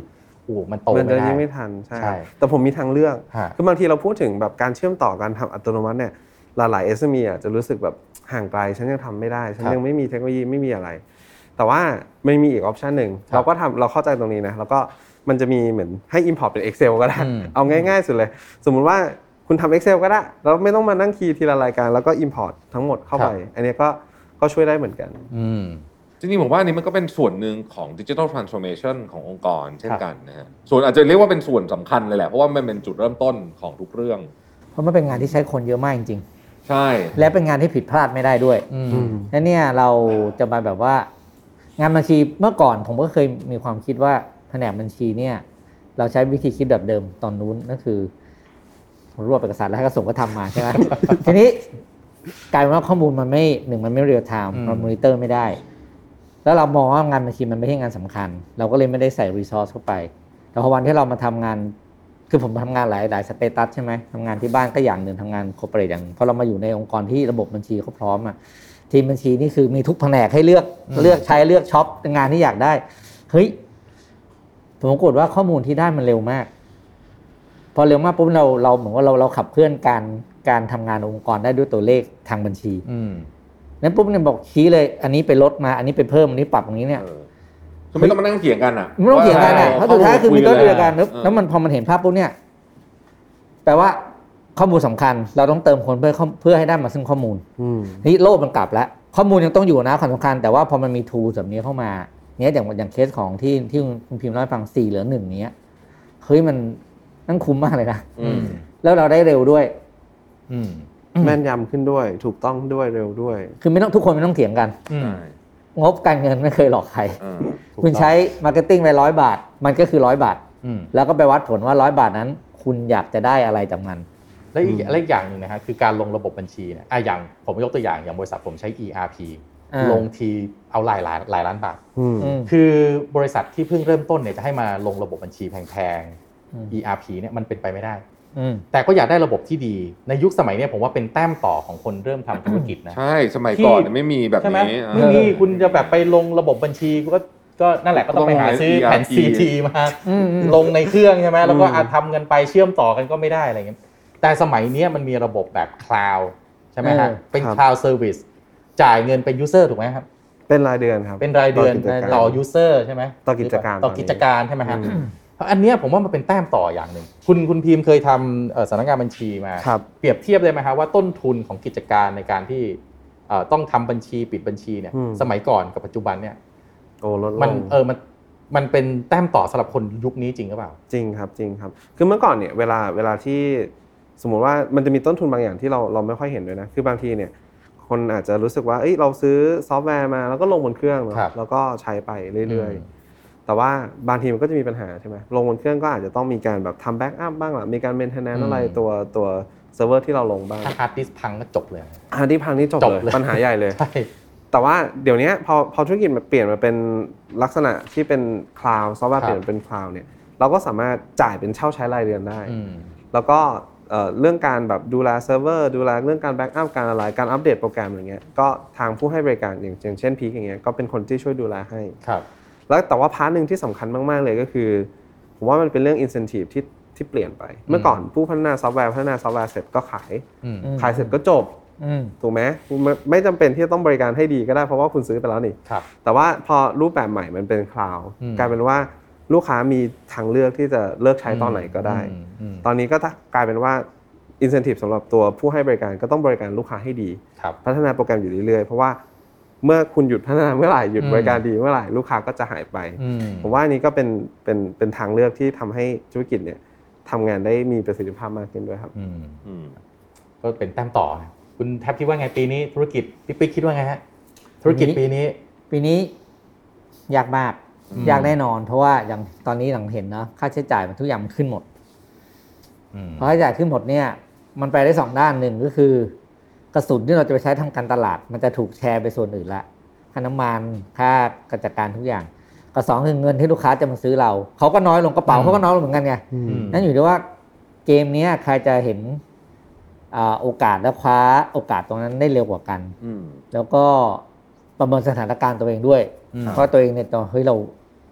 อ้มันโตไม่ได้มันจะยิ่งไม่ทันใช่แต่ผมมีทางเลือกคือบางทีเราพูดถึงแบบการเชื่อมต่อการทำอัตโนมัติเนี่ยหลายๆ เอส เอ็ม อี อ่ะจะรู้สึกแบบห่างไกลฉันยังทำไม่ได้ฉันยังไม่มีเทคโนโลยีไม่มีอะไรแต่ว่ามันมีอีกออปชันหนึ่งเราก็ทำเราเข้าใจตรงนี้นะแล้วก็มันจะมีเหมือนให้ import เป็น Excel ก็ได้เอาง่ายๆสุดเลยสมมุติว่าคุณทำ Excel ก็ได้แล้วไม่ต้องมานั่งคีย์ทีละรายการแล้วก็ import ทั้งหมดเข้าไปอันนี้ก็ก็ช่วยได้เหมือนกันจริงๆผมว่าอันนี้มันก็เป็นส่วนหนึ่งของ Digital Transformation ขององค์กรเช่นกันนะฮะส่วนอาจจะเรียกว่าเป็นส่วนสำคัญเลยแหละเพราะว่ามันเป็นจุดเริ่มต้นของทุกเรื่องเพราะมันเป็นงานที่ใช้คนเยอะมากจริงๆใช่และเป็นงานที่ผิดพลาดไม่ได้ด้วยและเนี่ยเราจะมาแบบว่างานบัญชีเมื่อก่อนผมก็เคยมีความคิดว่าแผนกบัญชีเนี่ยเราใช้วิธีคิดแบบเดิมตอนนู้นก็คือรวบเอกสารแล้วให้กระส่งก็ทำมาใช่ไหม ทีนี้กลายเป็นว่าข้อมูลมันไม่หนึ่งมันไม่เรียลไทม์เรามอนิเตอร์ไม่ได้แล้วเรามองว่างานบัญชีมันไม่ใช่งานสำคัญเราก็เลยไม่ได้ใส่รีซอสเข้าไปแต่พอวันที่เรามาทำงานคือผมทำงานหลายหลายสเตตัสใช่ไหมทำงานที่บ้านก็อย่างหนึ่งทำงานคอร์ปอเรทอย่างพอเรามาอยู่ในองค์กรที่ระบบบัญชีเขาพร้อมอ่ะทีมบัญชีนี่คือมีทุกแผนกให้เลือกเลือกใช้เลือกช็อปงานที่อยากได้เฮ้ยผมปรากฏว่าข้อมูลที่ได้มันเร็วมากพอเร็วมากปุ๊บเราเราเหมือนว่าเราเราขับเคลื่อนการการทำงานองค์กรได้ด้วยตัวเลขทางบัญชีนั้นปุ๊บเนี่ยบอกชี้เลยอันนี้ไปลดมาอันนี้ไปเพิ่มอันนี้ปรับอย่างนี้เนี่ยคือไม่ต้องมานั่งเถียงกันอ่ะไม่ต้องเถียงกันอ่ะเพราะสุดท้ายคือมีต้นเดียวกันแล้วมันพอมันเห็นภาพปุ๊บเนี่ยแปลว่าข้อมูลสำคัญเราต้องเติมคนเพื่อเพื่อให้ได้มาซึ่งข้อมูลนี่โลกมันกลับแล้วข้อมูลยังต้องอยู่นะความสำคัญแต่ว่าพอมันมี tool แบบนี้เข้ามาเนี้ยอย่างอย่างเคสของที่ที่คุณพิมพ์เล่าให้ฟังสี่เหลือหนึ่งเนี้ยเฮ้ยมันนั่งคุ้มมากเลยนะแล้วเราได้เร็วด้วยแม่นยำขึ้นด้วยถูกต้องด้วยเร็วด้วยคือไม่ต้องทุกคนไม่ต้องเถียงกันงบการเงินไม่เคยหลอกใครคุณใช้มาร์เก็ตติ้งไปร้อยบาทมันก็คือร้อยบาทแล้วก็ไปวัดผลว่าร้อยบาทนั้นคุณอยากจะได้อะไรจากมันและอีกและอีกอย่างนึงนะฮะคือการลงระบบบัญชีเนี่ยอ่ะอย่างผมยกตัวอย่างอย่างบริษัทผมใช้ อี อาร์ พี ลงทีเอาหลายล้านหลายล้านบาทคือบริษัทที่เพิ่งเริ่มต้นเนี่ยจะให้มาลงระบบบัญชีแพงๆ อี อาร์ พี เนี่ยมันเป็นไปไม่ได้แต่ก็อยากได้ระบบที่ดีในยุคสมัยนี้ผมว่าเป็นแต้มต่อของคนเริ่มทำธุรกิจนะใช่สมัยก่อนไม่มีแบบนี้ไม่มีคุณจะแบบไปลงระบบบัญชีก็ก็นั่นแหละก็ต้องไปหาซื้อแผ่น ซี ที มาลงในเครื่องใช่ไหมแล้วก็ทำกันไปเชื่อมต่อกันก็ไม่ได้อะไรเงี้ยแต่สมัยนี้มันมีระบบแบบคลาวด์ใช่ไหมฮะเป็นคลาวด์เซอร์วิสจ่ายเงินเป็นยูเซอร์ถูกไหมครับเป็นรายเดือนครับเป็นรายเดือนต่อยูเซอร์ใช่ไหมต่อกิจการต่อกิจการใช่ไหมครับอันนี้ผมว่ามันเป็นแต้มต่ออย่างหนึ่งคุณคุณพีมเคยทำสำนักงานบัญชีมาเปรียบเทียบได้ไหมครับว่าต้นทุนของกิจการในการที่ต้องทำบัญชีปิดบัญชีเนี่ยสมัยก่อนกับปัจจุบันเนี่ยโอ้ลดลงมันเออมันมันเป็นแต้มต่อสำหรับคนยุคนี้จริงหรือเปล่าจริงครับจริงครับคือเมื่อก่อนเนี่ยเวลาเวลาที่สมมติว่ามันจะมีต้นทุนบางอย่างที่เราเราไม่ค่อยเห็นด้วยนะคือบางทีเนี่ยคนอาจจะรู้สึกว่าเอ้ยเราซื้อซอฟต์แวร์มาแล้วก็ลงบนเครื่องแล้วก็ใช้ไปเรื่อยๆแต่ว่าบางทีมันก็จะมีปัญหาใช่ไหมลงบนเครื่องก็อาจจะต้องมีการแบบทำแบ็กอัพบ้างล่ะมีการเมนเทนแนนซ์อะไรตัวตัวเซิร์ฟเวอร์ที่เราลงบ้างถ้าฮาร์ดดิสก์พังก็จบเลยฮาร์ดดิสก์พังนี่จบเลยปัญหาใหญ่เลยแต่ว่าเดี๋ยวนี้พอพอธุรกิจมันเปลี่ยนมาเป็นลักษณะที่เป็นคลาวด์ซอฟต์แวร์เปลี่ยนเป็นคลาวด์เนี่ยเราก็สามารถจ่ายเป็นเช่าใช้รายเดือนได้แล้วก็เรื่องการแบบดูแลเซิร์ฟเวอร์ดูแลเรื่องการแบ็กอัพการอะไรการอัปเดตโปรแกรมอะไรเงี้ยก็ทางผู้ให้บริการอย่างอย่างเช่นพีคอย่างเงี้ยก็เป็นคนที่ช่วยดูแลให้ครับแล้วแต่ว่าพาร์ทนึงที่สำคัญมากๆเลยก็คือผมว่ามันเป็นเรื่อง incentive ที่ที่เปลี่ยนไปเมื่อก่อนผู้พัฒนาซอฟต์แวร์พัฒนาซอฟต์แวร์เสร็จก็ขายขายเสร็จก็จบถูกไหมไม่จำเป็นที่จะต้องบริการให้ดีก็ได้เพราะว่าคุณซื้อไปแล้วนี่แต่ว่าพอรูปแบบใหม่มันเป็นคลาวด์กลายเป็นว่าลูกค้ามีทางเลือกที่จะเลิกใช้ตอนไหนก็ได้ตอนนี้ก็กลายเป็นว่า incentive สำหรับตัวผู้ให้บริการก็ต้องบริการลูกค้าให้ดีพัฒนาโปรแกรมอยู่เรื่อยๆเพราะว่าเมื่อคุณหยุดพัฒนาเมื่อไหร่หยุดบริการดีเมื่อไหร่ลูกค้าก็จะหายไปผมว่าอันนี้ก็เป็นเป็นเป็นทางเลือกที่ทำให้ธุรกิจเนี่ยทำงานได้มีประสิทธิภาพมากขึ้นด้วยครับก็เป็นแต้มต่อคุณแทบคิดว่าไงปีนี้ธุรกิจพี่ปิ๊กคิดว่าไงฮะธุรกิจปีนี้ปีนี้ยากมากยากแน่นอนเพราะว่าอย่างตอนนี้หลังเห็นนะค่าใช้จ่ายมันทุกอย่างมันขึ้นหมดเพราะค่าใช้จ่ายขึ้นหมดเนี่ยมันไปได้สองด้านหนึ่งก็คือกระสุนที่เราจะไปใช้ทางการตลาดมันจะถูกแชร์ไปส่วนอื่นละค่าน้ำมันค่าการจัดการทุกอย่างกับสองคือเงินที่ลูกค้าจะมาซื้อเราเขาก็น้อยลงกระเป๋าเขาก็น้อยลงเหมือนกันไงนั่นอยู่ที่ว่าเกมนี้ใครจะเห็นโอกาสและคว้าโอกาสตรงนั้นได้เร็วกว่ากันแล้วก็ประเมินสถานการณ์ตัวเองด้วยเพราะตัวเองเนี่ยตอนเฮ้ยเรา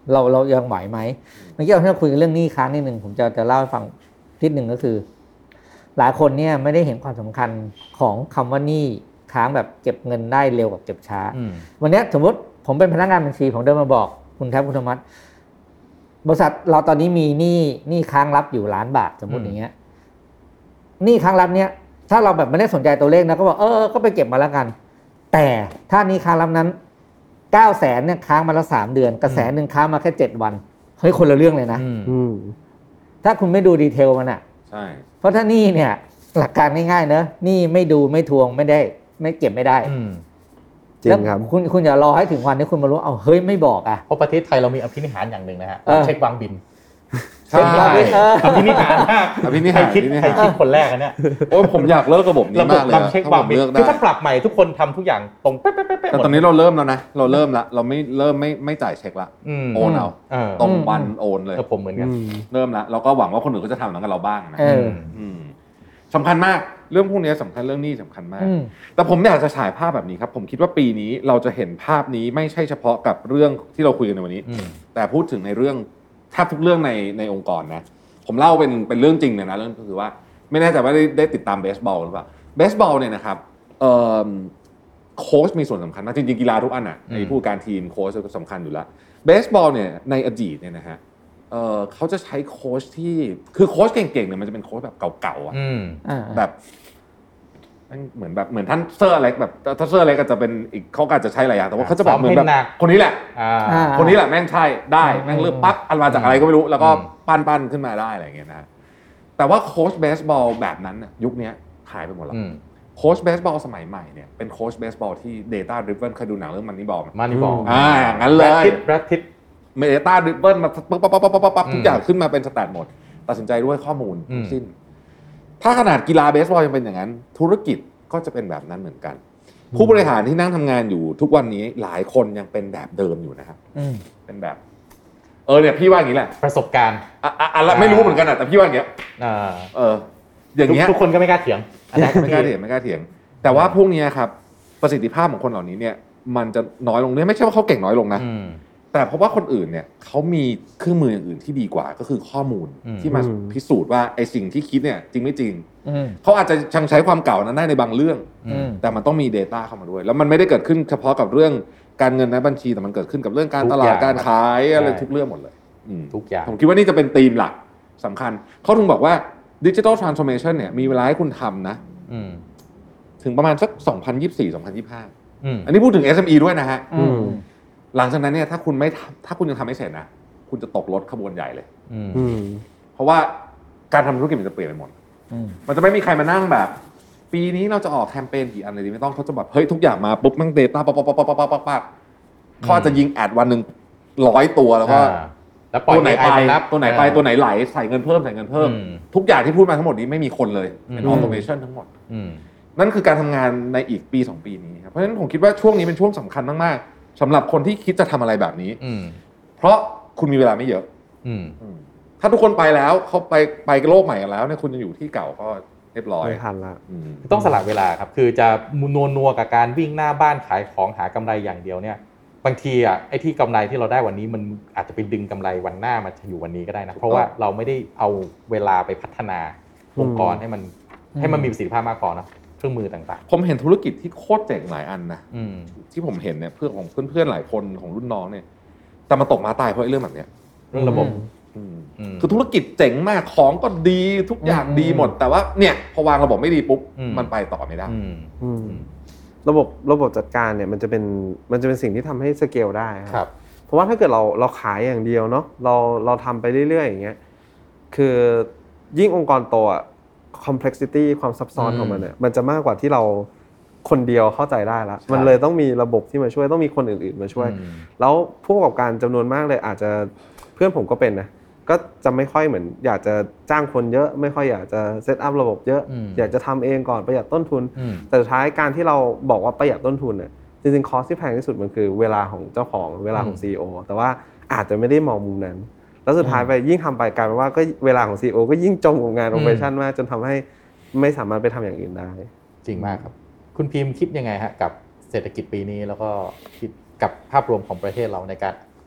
เราเรายังไหวไหมเมื่อกี้เราคุยกันเรื่องหนี้ค้างนิดนึงผมจะจะเล่าให้ฟังนิดนึงก็คือหลายคนเนี่ยไม่ได้เห็นความสำคัญของคำว่าหนี้ค้างแบบเก็บเงินได้เร็วกับเก็บช้าวันนี้สมมติผมเป็นพนักงานบัญชีผมเดินมาบอกคุณแทบคุณธรรมะบริษัทเราตอนนี้มีหนี้หนี้ค้างรับอยู่ล้านบาทสมมติอย่างเงี้ยหนี้ค้างรับเนี่ยถ้าเราแบบไม่ได้สนใจตัวเลขนะก็บอกเออก็ไปเก็บมาแล้วกันแต่ถ้าหนี้ค้างรับนั้นเก้าแสนเนี่ยค้างมาแล้วสามเดือนกระแสนึงค้างมาแค่เจ็ดวันเฮ้ยคนละเรื่องเลยนะถ้าคุณไม่ดูดีเทลมันอ่ะใช่เพราะถ้าหนี้เนี่ยหลักการง่ายๆเนอะหนี้ไม่ดูไม่ทวงไม่ได้ไม่เก็บไม่ได้จริงครับคุณคุณอย่ารอให้ถึงวันที่คุณมารู้เอาเฮ้ยไม่บอกอ่ะเพราะประเทศไทยเรามีอภินิหารอย่างหนึ่งนะฮะเช็ควางบินใช่อภินิหารมากอภินิหารคิดใครคิดคนแรกอันเนี้ยโอ้ผมอยากเลิกระบบนี้มากเลยเช็ควางบินคือถ้าปรับใหม่ทุกคนทำทุกอย่างตรงเป๊ะๆๆแต่ตอนนี้เราเริ่มแล้วนะเราเริ่มละเราไม่เริ่มไม่ไม่จ่ายเช็คละโอนเอาตรงวันโอนเลยผมเหมือนกันเริ่มละเราก็หวังว่าคนอื่นก็จะทำเหมือนกับเราบ้างนะสำคัญมากเรื่องพวกนี้สำคัญเรื่องนี้สำคัญมากแต่ผมอยากจะฉายภาพแบบนี้ครับผมคิดว่าปีนี้เราจะเห็นภาพนี้ไม่ใช่เฉพาะกับเรื่องที่เราคุยกันในวันนี้แต่พูดถึงในเรื่องแทบทุกเรื่องในในองค์กรนะผมเล่าเป็นเป็นเรื่องจริงเลยนะเรื่องก็คือว่าไม่แน่ใจว่าได้ได้ติดตามเบสบอลหรือเปล่าเบสบอลเนี่ยนะครับโค้ชมีส่วนสำคัญนะจริงๆกีฬาทุกอันอ่ะในผู้การทีมโค้ชก็สำคัญอยู่แล้วเบสบอลเนี่ยในอดีตเนี่ยนะฮะเอ่อเขาจะใช้โค้ชที่คือโค้ชเก่งๆเนี่ยมันจะเป็นโค้ชแบบเก่าๆอ่ะแบบเหมือนแบบเหมือนท่านเซอร์อเล็กแบบถ้าเซอร์อเล็กก็จะเป็นอีกเขาอาจจะใช้หลายอย่างแต่ว่าเขาจะแบบเหมือนแบบคนนี้แหละคนนี้แหละแม่งใช่ได้แม่งเลือกปั๊บอันมาจากอะไรก็ไม่รู้แล้วก็ปั้นๆขึ้นมาได้อะไรอย่างเงี้ยนะแต่ว่าโค้ชเบสบอลแบบนั้นน่ะยุคนี้หายไปหมดแล้วโค้ชเบสบอลสมัยใหม่เนี่ยเป็นโค้ชเบสบอลที่ data driven เคยดูหนังเรื่อง Moneyball Moneyball อ่างั้นเลยแบรดพิตต์เมตาดริบเบิลมาปั๊บปั๊บปั๊บปั๊บปั๊บทุกอย่างขึ้นมาเป็นสแตทหมดตัดสินใจด้วยข้อมูลทั้งสิ้นถ้าขนาดกีฬาเบสบอลยังเป็นอย่างนั้นธุรกิจก็จะเป็นแบบนั้นเหมือนกันผู้บริหารที่นั่งทำงานอยู่ทุกวันนี้หลายคนยังเป็นแบบเดิมอยู่นะครับเป็นแบบเออเนี่ยพี่ว่าอย่างนี้แหละประสบการณ์อ่ะอ่ะไม่รู้เหมือนกันอ่ะแต่พี่ว่าอย่างเงี้ยเอออย่างเงี้ยทุกคนก็ไม่กล้าเถียงไม่กล้าเถียงไม่กล้าเถียงแต่ว่าพวกนี้ครับประสิทธิภาพของคนเหล่านี้เนี่ยมันจะน้อยลงเนี่ยไม่ใช่ว่าเขาเก่งน้อยลงนะแต่เพราะว่าคนอื่นเนี่ยเขามีเครื่องมืออย่างอื่นที่ดีกว่าก็คือข้อมูลที่มาพิสูจน์ว่าไอ้สิ่งที่คิดเนี่ยจริงไม่จริงเขาอาจจะยังใช้ความเก่านั้นได้ในบางเรื่องแต่มันต้องมี data เข้ามาด้วยแล้วมันไม่ได้เกิดขึ้นเฉพาะกับเรื่องการเงินในบัญชีแต่มันเกิดขึ้นกับเรื่องการตลาดการขายอะไรทุกเรื่องหมดเลยทุกอย่างผมคิดว่านี่จะเป็นธีมหลักสำคัญเขาถึงบอกว่า Digital Transformation เนี่ยมีเวลาให้คุณทำนะถึงประมาณสักสองพันยี่สิบสี่ สองพันยี่สิบห้าอันนี้พูดถึง เอส เอ็ม อี ด้วยนะฮะหลังจากนั้นเนี่ยถ้าคุณไม่ถ้าคุณยังทำไม่เสร็จนะคุณจะตกรถขบวนใหญ่เลยเพราะว่าการทำธุรกิจมันจะเปลี่ยนไปหมดมันจะไม่มีใครมานั่งแบบปีนี้เราจะออกแคมเปญกี่อันเลยดีไม่ต้องเขาจะแบบเฮ้ยทุกอย่างมาปุ๊บมั่งเดต้าปั๊บปั๊บปั๊บปั๊บปั๊บปั๊บเขาจะยิงแอดวันหนึ่งร้อยตัวแล้วก็ตัวไหนไปตัวไหนไปตัวไหนไหลใส่เงินเพิ่มใส่เงินเพิ่มทุกอย่างที่พูดมาทั้งหมดนี้ไม่มีคนเลยเป็นออโตเมชันทั้งหมดนั่นคือการทำงานในอีกปีสองปีนี้ครับเพราะฉะนั้นผมคิดว่าช่วงนี้เป็นช่วงสำคัญมากๆสำหรับคนที่คิดจะทำอะไรแบบนี้เพราะคุณมีเวลาไม่เยอะถ้าทุกคนไปแล้วเขาไปไปโลกใหม่กันแล้วเนี่ยคุณจะอยู่ที่เก่าก็เรียบร้อยไม่ทันละต้องสละเวลาครับคือจะนัวนัวกับการวิ่งหน้าบ้านขายของหากำไรอย่างเดียวเนี่ยบางทีอ่ะไอ้ที่กำไรที่เราได้วันนี้มันอาจจะไปดึงกำไรวันหน้ามาอยู่วันนี้ก็ได้นะเพราะว่าเราไม่ได้เอาเวลาไปพัฒนาองค์กรให้มันให้มันมีประสิทธิภาพมากพอนะเครื่องมือต่างๆผมเห็นธุรกิจที่โคตรเจ๋งหลายอันนะที่ผมเห็นเนี่ยเพื่อนของเพื่อนๆหลายคนของรุ่นน้องเนี่ยแต่มาตกมาตายเพราะเรื่องแบบเนี้ยเรื่องระบบคือธุรกิจเจ๋งมากของก็ดีทุกอย่างดีหมดแต่ว่าเนี่ยพอวางระบบไม่ดีปุ๊บมันไปต่อไม่ได้ระบบระบบจัดการเนี่ยมันจะเป็นมันจะเป็นสิ่งที่ทำให้สเกลได้ครับเพราะว่าถ้าเกิดเราเราขายอย่างเดียวเนาะเราเราทำไปเรื่อยๆอย่างเงี้ยคือยิ่งองค์กรโตอ่ะ complexity ความซับซ้อนของมันเนี่ยมันจะมากกว่าที่เราคนเดียวเข้าใจได้ละมันเลยต้องมีระบบที่มาช่วยต้องมีคนอื่นๆมาช่วยแล้วผู้ประกอบการจำนวนมากเลยอาจจะเพื่อนผมก็เป็นนะก็จะไม่ค่อยเหมือนอยากจะจ้างคนเยอะไม่ค่อยอยากจะเซตอัพระบบเยอะอยากจะทำเองก่อนประหยัดต้นทุนแต่สุดท้ายการที่เราบอกว่าประหยัดต้นทุนเนี่ยจริงๆคอสที่แพงที่สุดมันคือเวลาของเจ้าของเวลาของ ซี อี โอ แต่ว่าอาจจะไม่ได้มองมุมนั้นแล้วสุดท้ายไปยิ่งทำไปกลายเป็นว่าก็เวลาของ ซี อี โอ ก็ยิ่งจมกับงาน operation มากจนทำให้ไม่สามารถไปทำอย่างอื่นได้จริงมากครับคุณพิมพ์คิดยังไงฮะกับเศรษฐกิจปีนี้แล้วก็คิดกับภาพรวมของประเทศเราในการ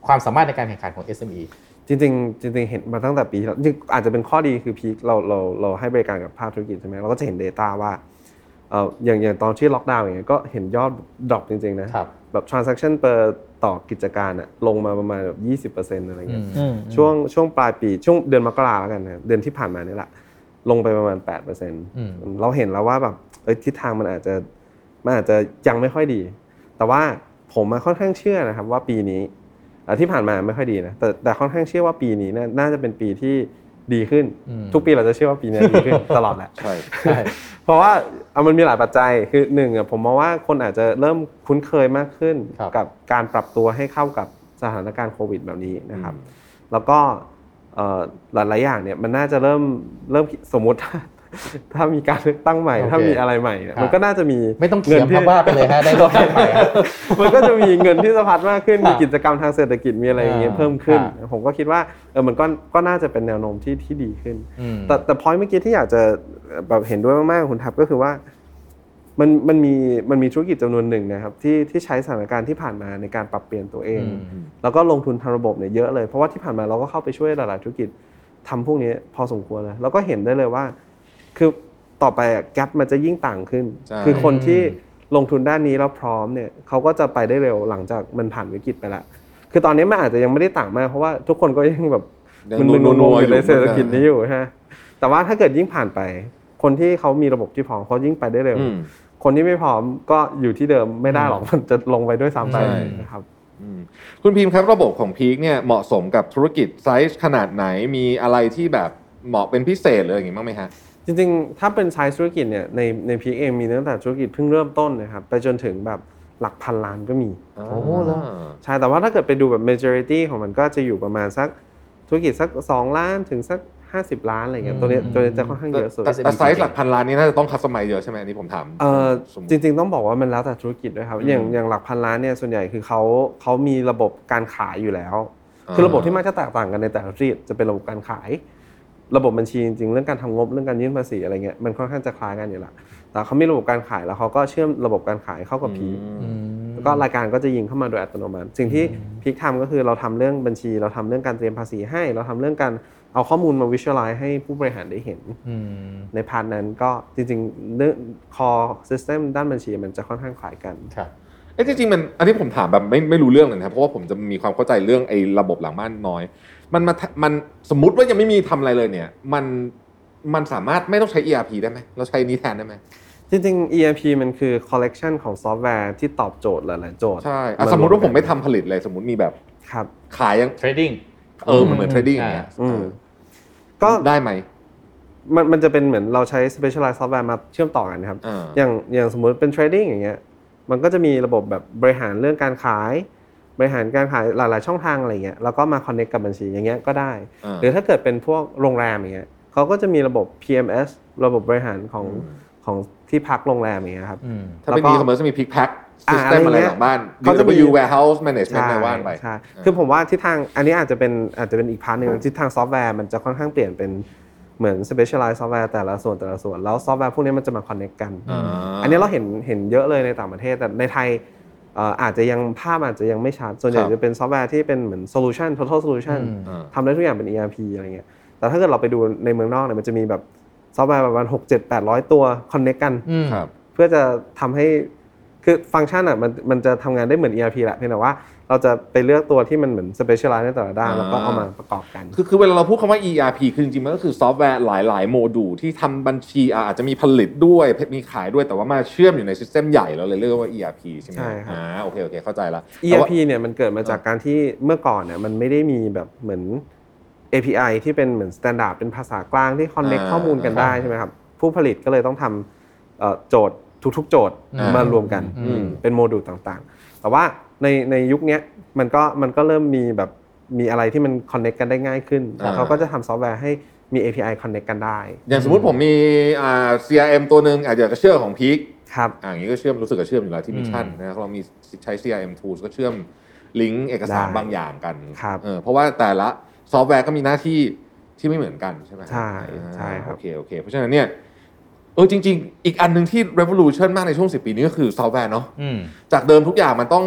ความสามารถในการแข่งขันของ เอส เอ็ม อีจริงๆจริงๆเห็นมาตั้งแต่ปีแล้วอาจจะเป็นข้อดีคือพีคเราเราเราให้บริการกับภาคธุรกิจใช่ไหมเราก็จะเห็น data ว่าเอ่ออย่างอย่างตอนที่ล็อกดาวน์อย่างเงี้ยก็เห็นยอดดรอปจริงๆนะแบบ transaction per ต่อกิจการอะลงมาประมาณแบบ ยี่สิบเปอร์เซ็นต์ อะไรเงี้ยช่วงช่วงปลายปีช่วงเดือนมกราแล้วกันนะเดือนที่ผ่านมานี่แหละลงไปประมาณ แปดเปอร์เซ็นต์ เราเห็นแล้วว่าแบบเอ้ยทิศทางมันอาจจะมันอาจจะยังไม่ค่อยดีแต่ว่าผมค่อนข้างเชื่อนะครับว่าปีนี้ที่ผ่านมาไม่ค่อยดีนะแต่แต่ค่อนข้างเชื่อว่าปีนี้น่าจะเป็นปีที่ดีขึ้นทุกปีเราจะเชื่อว่าปีนี้ดีขึ้นตลอดแหละใช่ใช่เพราะว่ามันมีหลายปัจจัยคือหนึ่งอ่ะผมมองว่าคนอาจจะเริ่มคุ้นเคยมากขึ้นกับการปรับตัวให้เข้ากับสถานการณ์โควิดแบบนี้นะครับแล้วก็หลายๆอย่างเนี่ยมันน่าจะเริ่มเริ่มสมมุติถ้ามีการเลือกตั้งใหม่ถ้ามีอะไรใหม่มันก็น่าจะมีไม่ต้องเขียนภาพว่าไปเลยฮะได้เลือกตั้งใหม่มันก็จะมีเงินที่สะพัดมากขึ้นมีกิจกรรมทางเศรษฐกิจมีอะไรอย่างเงี้ยเพิ่มขึ้นผมก็คิดว่าเออมันก็ก็น่าจะเป็นแนวโน้มที่ที่ดีขึ้นแต่แต่ point เมื่อกี้ที่อยากจะแบบเห็นด้วยมากๆคุณทับก็คือว่ามันมันมีมันมีธุรกิจจำนวนหนึ่งนะครับที่ที่ใช้สถานการณ์ที่ผ่านมาในการปรับเปลี่ยนตัวเองแล้วก็ลงทุนทางระบบเนี่ยเยอะเลยเพราะว่าที่ผ่านมาเราก็เข้าไปช่วยหลายๆธุรกิจทำพวกนี้พอสมควรเลยแล้วก็เห็นได้เลยว่าคือต่อไปอ่ะแก๊ปมันจะยิ่งต่างขึ้นคือคนที่ลงทุนด้านนี้แล้วพร้อมเนี่ยเขาก็จะไปได้เร็วหลังจากมันผ่านวิกฤตไปแล้วคือตอนนี้มันอาจจะยังไม่ได้ต่างมากเพราะว่าทุกคนก็ยังแบบมันมึนงงอยู่ในเศรษฐกิจนี้อยู่ฮะแต่ว่าถ้าเกิดยิ่งผ่านไปคนที่เขามีระบบที่พร้อมเขายิ่งไปได้เร็วคนที่ไม่พร้อมก็อยู่ที่เดิมไม่ได้หรอกมันจะลงไปด้วยซ้ำไปนะครับคุณพิมพ์ครับระบบของพีคเนี่ยเหมาะสมกับธุรกิจไซส์ขนาดไหนมีอะไรที่แบบเหมาะเป็นพิเศษเลยอย่างงี้บ้างไหมฮะจริงๆถ้าเป็นไซส์ธุรกิจเนี่ยในในพีคเองมีตั้งแต่ธุรกิจเพิ่งเริ่มต้นนะครับไปจนถึงแบบหลักพันล้านก็มีโอ้โหแล้วใช่แต่ว่าถ้าเกิดไปดูแบบ majority ของมันก็จะอยู่ประมาณสักธุรกิจสักสองล้านถึงสักห้าสิบล้านอะไรเงี้ยตัวนี้ตัวนี้จะค่อนข้างเยอะสุดแต่ไซส์หลักพันล้านนี้น่าจะต้องคัสตอมไมซ์เยอะใช่ไหมอันนี้ผมถามเออจริงๆต้องบอกว่ามันแล้วแต่ธุรกิจด้วยครับอย่างอย่างหลักพันล้านเนี่ยส่วนใหญ่คือเขาเขามีระบบการขายอยู่แล้วคือระบบที่มักจะแตกต่างกันในแต่ละธุรกิจจะเป็นระบบการขายระบบบัญชีจริงๆเรื่องการทำงบเรื่องการยื่นภาษีอะไรเงี้ยมันค่อนข้างจะคล้ายกันอยู่แล้วแต่เขามีระบบการขายแล้วเขาก็เชื่อมระบบการขายเข้ากับพีคแล้วก็รายการก็จะยิงเข้ามาโดยอัตโนมัติสิ่งที่พีคทำก็คือเราทำเรื่องบัญชีเราทำเรื่องการเตรียมภาษีให้เราทำเรื่องการเอาข้อมูลมา visualize ให้ผู้บริหารได้เห็นในพาร์ทนั้นก็จริงๆเรื่อง core system ด้านบัญชีมันจะค่อนข้างคล้ายกันครับเอ๊ะจริงๆมันอันนี้ผมถามแบบไม่ไม่รู้เรื่องเลยนะครับเพราะว่าผมจะมีความเข้าใจเรื่องไอ้ระบบหลังบ้านน้อยมันมามันสมมุติว่ายังไม่มีทำอะไรเลยเนี่ยมันมันสามารถไม่ต้องใช้ อี อาร์ พี ได้ไหมเราใช้นี้แทนได้ไหมจริงๆ อี อาร์ พี มันคือ collection ของซอฟต์แวร์ที่ตอบโจทย์หลายๆโจทย์ใช่สมมุติว่าผมไม่ทำผลิตเลยสมมุติมีแบบครับขายยัง trading เออมันเหมือน trading อย่างเงี้ยก็ได้ไหมมันมันจะเป็นเหมือนเราใช้ specialized software มาเชื่อมต่อกันนะครับอย่างอย่างสมมุติเป็น trading อย่างเงี้ยมันก็จะมีระบบแบบบริหารเรื่องการขายบริหารการขายหลายๆช่องทางอะไรเงี้ยแล้วก็มา connect กับบัญชีอย่างเงี้ยก็ได้หรือถ้าเกิดเป็นพวกโรงแรมอย่างเงี้ยเขาก็จะมีระบบ พี เอ็ม เอส ระบบบริหารของของที่พักโรงแรมอย่างเงี้ยครับถ้าเป็นอีคอมเมิร์ซจะมี pick pack system อะไรหลังบ้านเขาจะมี warehouse management ในบ้านไปใช่คือผมว่าทิศทางอันนี้อาจจะเป็นอาจจะเป็นอีกพาร์ทนึงทิศทางซอฟต์แวร์มันจะค่อนข้างเปลี่ยนเป็นเหมือน specialized software แต่ละส่วนแต่ละส่วนแล้วซอฟต์แวร์พวกนี้มันจะมา connect กันอันนี้เราเห็นเห็นเยอะเลยในต่างประเทศแต่ในไทยอาจจะยังภาพอาจจะยังไม่ชัดส่วนใหญ่จะเป็นซอฟต์แวร์ที่เป็นเหมือน solution total solution ทำได้ทุกอย่างเป็น อี อาร์ พี อะไรเงี้ยแต่ถ้าเกิดเราไปดูในเมืองนอกเนี่ยมันจะมีแบบซอฟต์แวร์ประมาณหก เจ็ด แปดร้อยตัว connect กันเพื่อจะทำให้คือฟังก์ชันอ่ะมันมันจะทำงานได้เหมือน อี อาร์ พี แหละเพียงแต่ว่าเราจะไปเลือกตัวที่มันเหมือน specialize ในแต่ละด้านแล้วก็เอามาประกอบกันคือคือเวลาเราพูดคำว่า อี อาร์ พี คือจริงๆมันก็คือซอฟต์แวร์หลายๆโมดูลที่ทำบัญชีอาจจะมีผลิตด้วยมีขายด้วยแต่ว่ามาเชื่อมอยู่ในซิสเต็มใหญ่เราเลยเรียกว่า อี อาร์ พี ใช่ไหมใช่ครับอ่าโอเคโอเคเข้าใจละอี อาร์ พี เนี่ยมันเกิดมาจากการที่เมื่อก่อนเนี่ยมันไม่ได้มีแบบเหมือน เอ พี ไอ ที่เป็นเหมือน standard เป็นภาษากลางที่ connect ข้อมูลกันได้ใช่ไหมครับผู้ผลิตก็เลยต้องทำโจทย์ทุกๆโจทย์มารวมกันเป็นโมดูลต่างๆแต่ว่าในในยุคนี้มันก็มันก็เริ่มมีแบบมีอะไรที่มัน connect กันได้ง่ายขึ้นเขาก็จะทำซอฟต์แวร์ให้มี เอ พี ไอ connect กันได้อย่างสมมุติผมมีอ่า ซี อาร์ เอ็ม ตัวนึงอาจจะเชื่อมของพีคครับอ่าอย่างนี้ก็เชื่อมรู้สึกจะเชื่อมอยู่แล้วที่มิชชั่นนะครับเรามีใช้ ซี อาร์ เอ็ม tools ก็เชื่อมลิงก์เอกสารบางอย่างกันเออเพราะว่าแต่ละซอฟต์แวร์ก็มีหน้าที่ที่ไม่เหมือนกันใช่ไหมใช่ใช่ครับโอเคโอเคเพราะฉะนั้นเนี่ยเออจริงๆอีกอันนึงที่ revolution มากในช่วงสิบปีนี้ก็คือซอฟต์แวร์เนาะจากเดิมทุกอย่างมันต้อง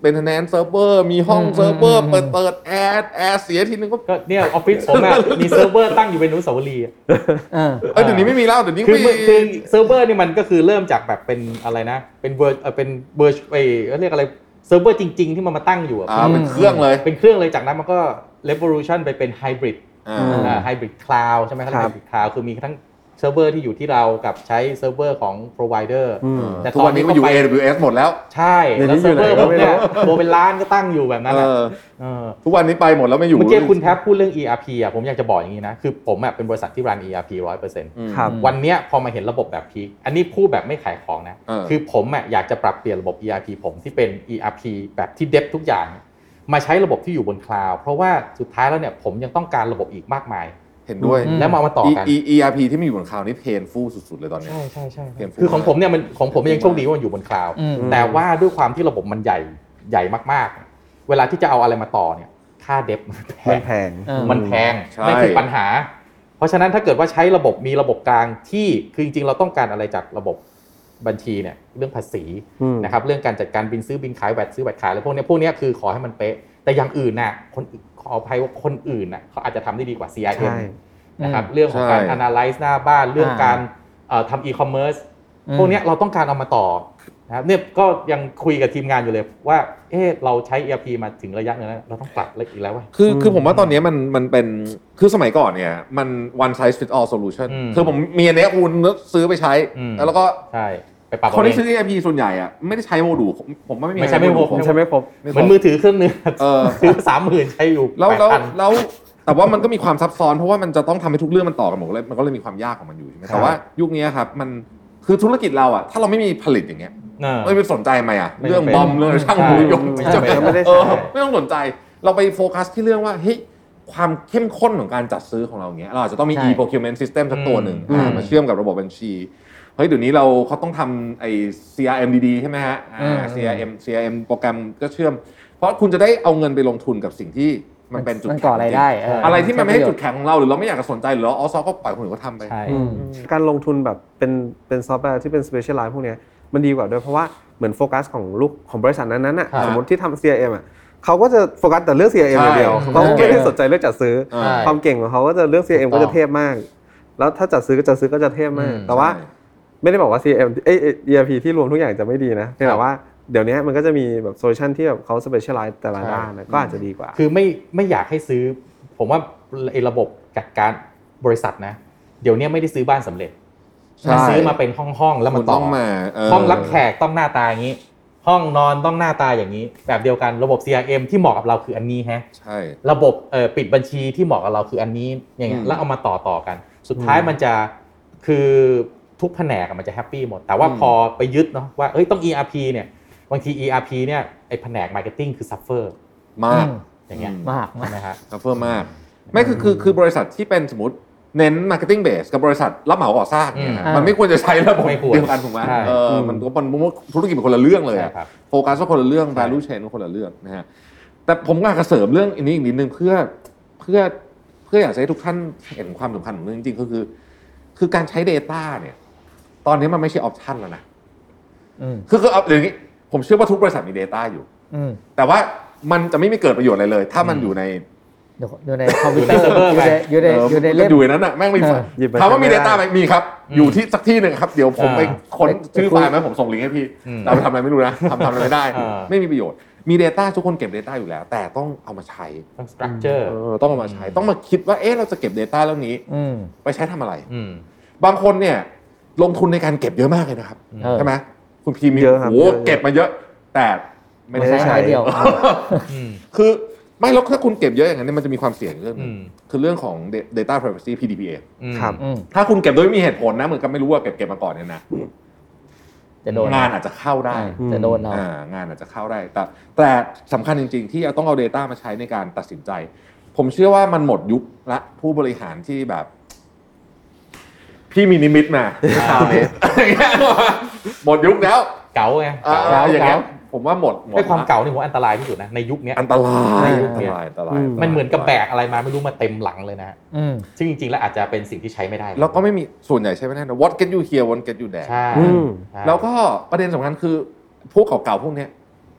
เป็นแนนเซิร์ฟเวอร์มีห้องเซิร์ฟเวอร์เปิดเปิดแอร์แอร์เสียทีนึงก็ก็เนี่ยออฟฟิศผมอะมีเซิร์ฟเวอร์ตั้งอยู่เป็นอนุสาวรีย์เออเออเดี๋ยวนี้ไม่มีแล้วเดี๋ยวนี้คือคือเซิร์ฟเวอร์นี่มันก็คือเริ่มจากแบบเป็นอะไรนะเป็นเวอร์เออเป็นเวอร์เออเรียกอะไรเซิร์ฟเวอร์จริงๆที่มันมาตั้งอยู่อ่ะเป็นเครื่องเลยเป็นเครื่องเลยจากนั้นมันก็ revolution ไปเป็น hybrid อ่า hybrid cloud ใช่ไหมครับ hybrid cloud คือมีทั้งเซิร์ฟเวอร์ที่อยู่ที่เรากับใช้เซิร์ฟเวอร์ของ provider แต่ตอนนี้มันอยู่ เอ ดับเบิลยู เอส หมดแล้วใช่แล้วเซิร์ฟเวอร์ผมเนี่ยโบเป็นล้านก็ตั้งอยู่แบบนั้นแหละทุกวันนี้ไปหมดแล้วไม่อยู่เมื่อกี้คุณแทบพูดเรื่อง อี อาร์ พี อ่ะผมอยากจะบอกอย่างนี้นะคือผมอ่ะเป็นบริษัทที่รัน อี อาร์ พี หนึ่งร้อยเปอร์เซ็นต์ครับวันเนี้ยพอมาเห็นระบบแบบพีคอันนี้พูดแบบไม่ขายของนะคือผมอ่ะอยากจะปรับเปลี่ยนระบบ อี อาร์ พี ผมที่เป็น อี อาร์ พี แบบที่เดฟทุกอย่างมาใช้ระบบที่อยู่บนคลาวด์เพราะว่าสุดท้ายแล้วเนี่ยผมยังต้องการระบบอีกมากมายเห็นด้วยแล้วมามาต่อกันอี อาร์ พี ที่มันอยู่บนคลาวด์นี่เพนฟูลสุดๆเลยตอนนี้ใช่ใช่ใช่คือของผมเนี่ยมันของผมยังโชคดีว่ามันอยู่บนคลาวด์แต่ว่าด้วยความที่ระบบมันใหญ่ใหญ่มากๆเวลาที่จะเอาอะไรมาต่อเนี่ยค่าเดฟมันแพงมันแพงนั่นคือปัญหาเพราะฉะนั้นถ้าเกิดว่าใช้ระบบมีระบบกลางที่คือจริงๆเราต้องการอะไรจากระบบบัญชีเนี่ยเรื่องภาษีนะครับเรื่องการจัดการบินซื้อบินขายแวตซื้อแวตขายอะไรพวกนี้พวกนี้คือขอให้มันเป๊ะแต่อย่างอื่นน่ะคนขออภัยว่าคนอื่นน่ะเขาอาจจะทำได้ดีกว่า ซี ไอ เอ็ม นะครับเรื่องของการ analyze หน้าบ้านเรื่องการทำ e-commerce พวกนี้เราต้องการเอามาต่อนะครับเนี่ยก็ยังคุยกับทีมงานอยู่เลยว่าเออเราใช้ อี อาร์ พี มาถึงระยะนึงแล้วเราต้องปรับอีกแล้วว่าคือคือผมว่าตอนนี้มันมันเป็นคือสมัยก่อนเนี่ยมัน one size fits all solution คือผมมีอันนี้คุณซื้อไปใช้แล้วก็ใช่ไปปรับคนที่ซื้อ อี อาร์ พี ส่วนใหญ่อะไม่ได้ใช้โมดูลผมว่าไม่มีไม่ใช่ไม่ครบใช่ไม่ครบเหมือนมือถือเครื่องนึงซื้อ สามหมื่น ใช้อยู่แล้วแล้วแล้วแต่ว่ามันก็มีความซับซ้อนเพราะว่ามันจะต้องทำให้ทุกเรื่องมันต่อกันหมดเลยมันก็เลยมีความยากของมันอยู่ใช่ไหมแต่ว่ายุคนี้ครับมันคือธุรกิจเราอะถ้าเราไม่มีผลิตอย่างเงี้ยไม่ไปสนใจไหมอะเรื่องบอมเรื่องช่างหูยงไม่ได้ไม่ต้องสนใจเราไปโฟกัสที่เรื่องว่าเฮ้ยความเข้มข้นของการจัดซื้อของเราเงี้ยเราอาจจะต้องมี e-procurement system สักตัวหนึ่งมาเชื่อมกับระบบบัญชีเฮ้ยเดี๋ยวนี้เราเขาต้องทำไอ้ ซี อาร์ เอ็ม ดีๆใช่ไหมฮะ ซี อาร์ เอ็ม ซี อาร์ เอ็ม โปรแกรมก็เชื่อมเพราะคุณจะได้เอาเงินไปลงทุนกับสิ่งที่มันเป็นจุดแข็งอะไรได้อะไรที่มันไม่ใช่จุดแข็งของเราหรือเราไม่อยากจะสนใจหรือเราออซอก็ปล่อยคนอื่นก็ทำไปการลงทุนแบบเป็นเป็นซอฟต์แวร์ที่เป็น specialize พวกนี้มันดีกว่าด้วยเพราะว่าเหมือนโฟกัสของลูกของบริษัทนั้นๆน่ะสมมติที่ทำ ซี อาร์ เอ็ม อ่ะเขาก็จะโฟกัสแต่เรื่อง ซี อาร์ เอ็ม อย่างเดียวเขาไม่ได้สนใจเรื่องจัดซื้อความเก่งของเขาก็จะเรื่อง ซี อาร์ เอ็ม ก็จะเทพมากแล้วถ้าจัดซื้อก็จัดซื้อก็จะเทพมากแต่ว่าไม่ได้บอกว่า ซี อาร์ เอ็ม เอ้ย อี อาร์ พี ที่รวมทุกอย่างจะไม่ดีนะแต่ว่าเดี๋ยวนี้มันก็จะมีแบบโซลูชันที่แบบเขา specialize แต่ละด้านก็อาจจะดีกว่าคือไม่ไม่อยากให้ซื้อผมว่าไอ้ระบบจัดการบริษัทนะเดี๋ยวนี้ไม่ได้ซื้อบ้านสำเร็จมันซื้อมาเป็นห้องๆแล้วมันต้องมาห้องรับแขกต้องหน้าตาอย่างนี้ห้องนอนต้องหน้าตาอย่างนี้แบบเดียวกันระบบ ซี อาร์ เอ็ม ที่เหมาะกับเราคืออันนี้ฮะใช่ระบบเอ่อปิดบัญชีที่เหมาะกับเราคืออันนี้อย่างเงี้ยแล้วเอามาต่อต่อกันสุดท้ายมันจะคือทุกแผนกมันจะแฮปปี้หมดแต่ว่าพอไปยึดเนาะว่าเอ้ยต้อง อี อาร์ พี เนี่ยบางที อี อาร์ พี เนี่ยไอ้แผนกมาร์เก็ตติ้งคือซัฟเฟอร์มากอย่างเงี้ยมากนะฮะซัฟเฟอร์มากไม่คือคือคือบริษัทที่เป็นสมมุติเน้น marketing base กับบริษัทรับเหมาก่อสร้างเนี่ยมันไม่ควรจะใช้ระบบเดียวกันถูกไหมเออมันก็มันธุรกิจเป็นคนละเรื่องเลยโฟกัสก็คนละเรื่อง value chain ก็คนละเรื่องนะฮะแต่ผมอยากจะเสริมเรื่องอันนี้อีกนิดนึงเพื่อเพื่อเพื่ออยากให้ทุกท่านเห็นความสำคัญของเรื่องจริงๆก็คือคือการใช้ data เนี่ยตอนนี้มันไม่ใช่ option แล้วนะคือคือเอาอย่างนี้ผมเชื่อว่าทุกบริษัทมี data อยู่แต่ว่ามันจะไม่มีเกิดประโยชน์อะไรเลยถ้ามันอยู่ในอยู่ในคอมพิวเตอร์อยู่ในอยู่ในเล่มอยู่ในนั้นน่ะแม่งไม่ฟังถามว่ามี data มั้ยมีครับอยู่ที่สักที่นึงครับเดี๋ยวผมไปค้นชื่อไฟล์มั้ยผมส่งลิงก์ให้พี่เราไปทำอะไรไม่รู้นะทำทำอะไรไม่ได้ไม่มีประโยชน์มี data ทุกคนเก็บ data อยู่แล้วแต่ต้องเอามาใช้ต้อง structure เออต้องเอามาใช้ต้องมาคิดว่าเอ๊ะเราจะเก็บ data เรื่องนี้ไปใช้ทำอะไรบางคนเนี่ยลงทุนในการเก็บเยอะมากเลยนะครับใช่มั้ยคุณพีมีโอ้เก็บมาเยอะแต่ไม่ได้ใช้เดียวคือไม่แล้วถ้าคุณเก็บเยอะอย่างนั้นมันจะมีความเสี่ยงเรื่องนึงคือเรื่องของ data privacy พี ดี พี เอครับถ้าคุณเก็บโดยไม่มีเหตุผลนะเหมือนกับไม่รู้ว่าเก็บเก็บมาก่อนเนี่ยนะจะโดนงานอาจจะเข้าได้จะโดนเอางานอาจจะเข้าได้แต่แต่สำคัญจริงๆที่ต้องเอา data มาใช้ในการตัดสินใจผมเชื่อว่ามันหมดยุคละผู้บริหารที่แบบพี่มีนิมิตมาคราวนี้หมดยุคแล้วเก๋าไงเก๋าอย่างเงี้ยผมว่าหมดไอ้ความเก่านี่ผมอันตรายที่สุดนะในยุคนี้อันตรายในยุคนี้อันตรายมันเหมือนกับแบกอะไรมาไม่รู้มาเต็มหลังเลยนะซึ่งจริงๆแล้วอาจจะเป็นสิ่งที่ใช้ไม่ได้แล้วก็ไม่มีส่วนใหญ่ใช้ไม่ได้นะ what get you here what get you there ใช่แล้วก็ประเด็นสำคัญคือพวกเก่าๆพวกนี้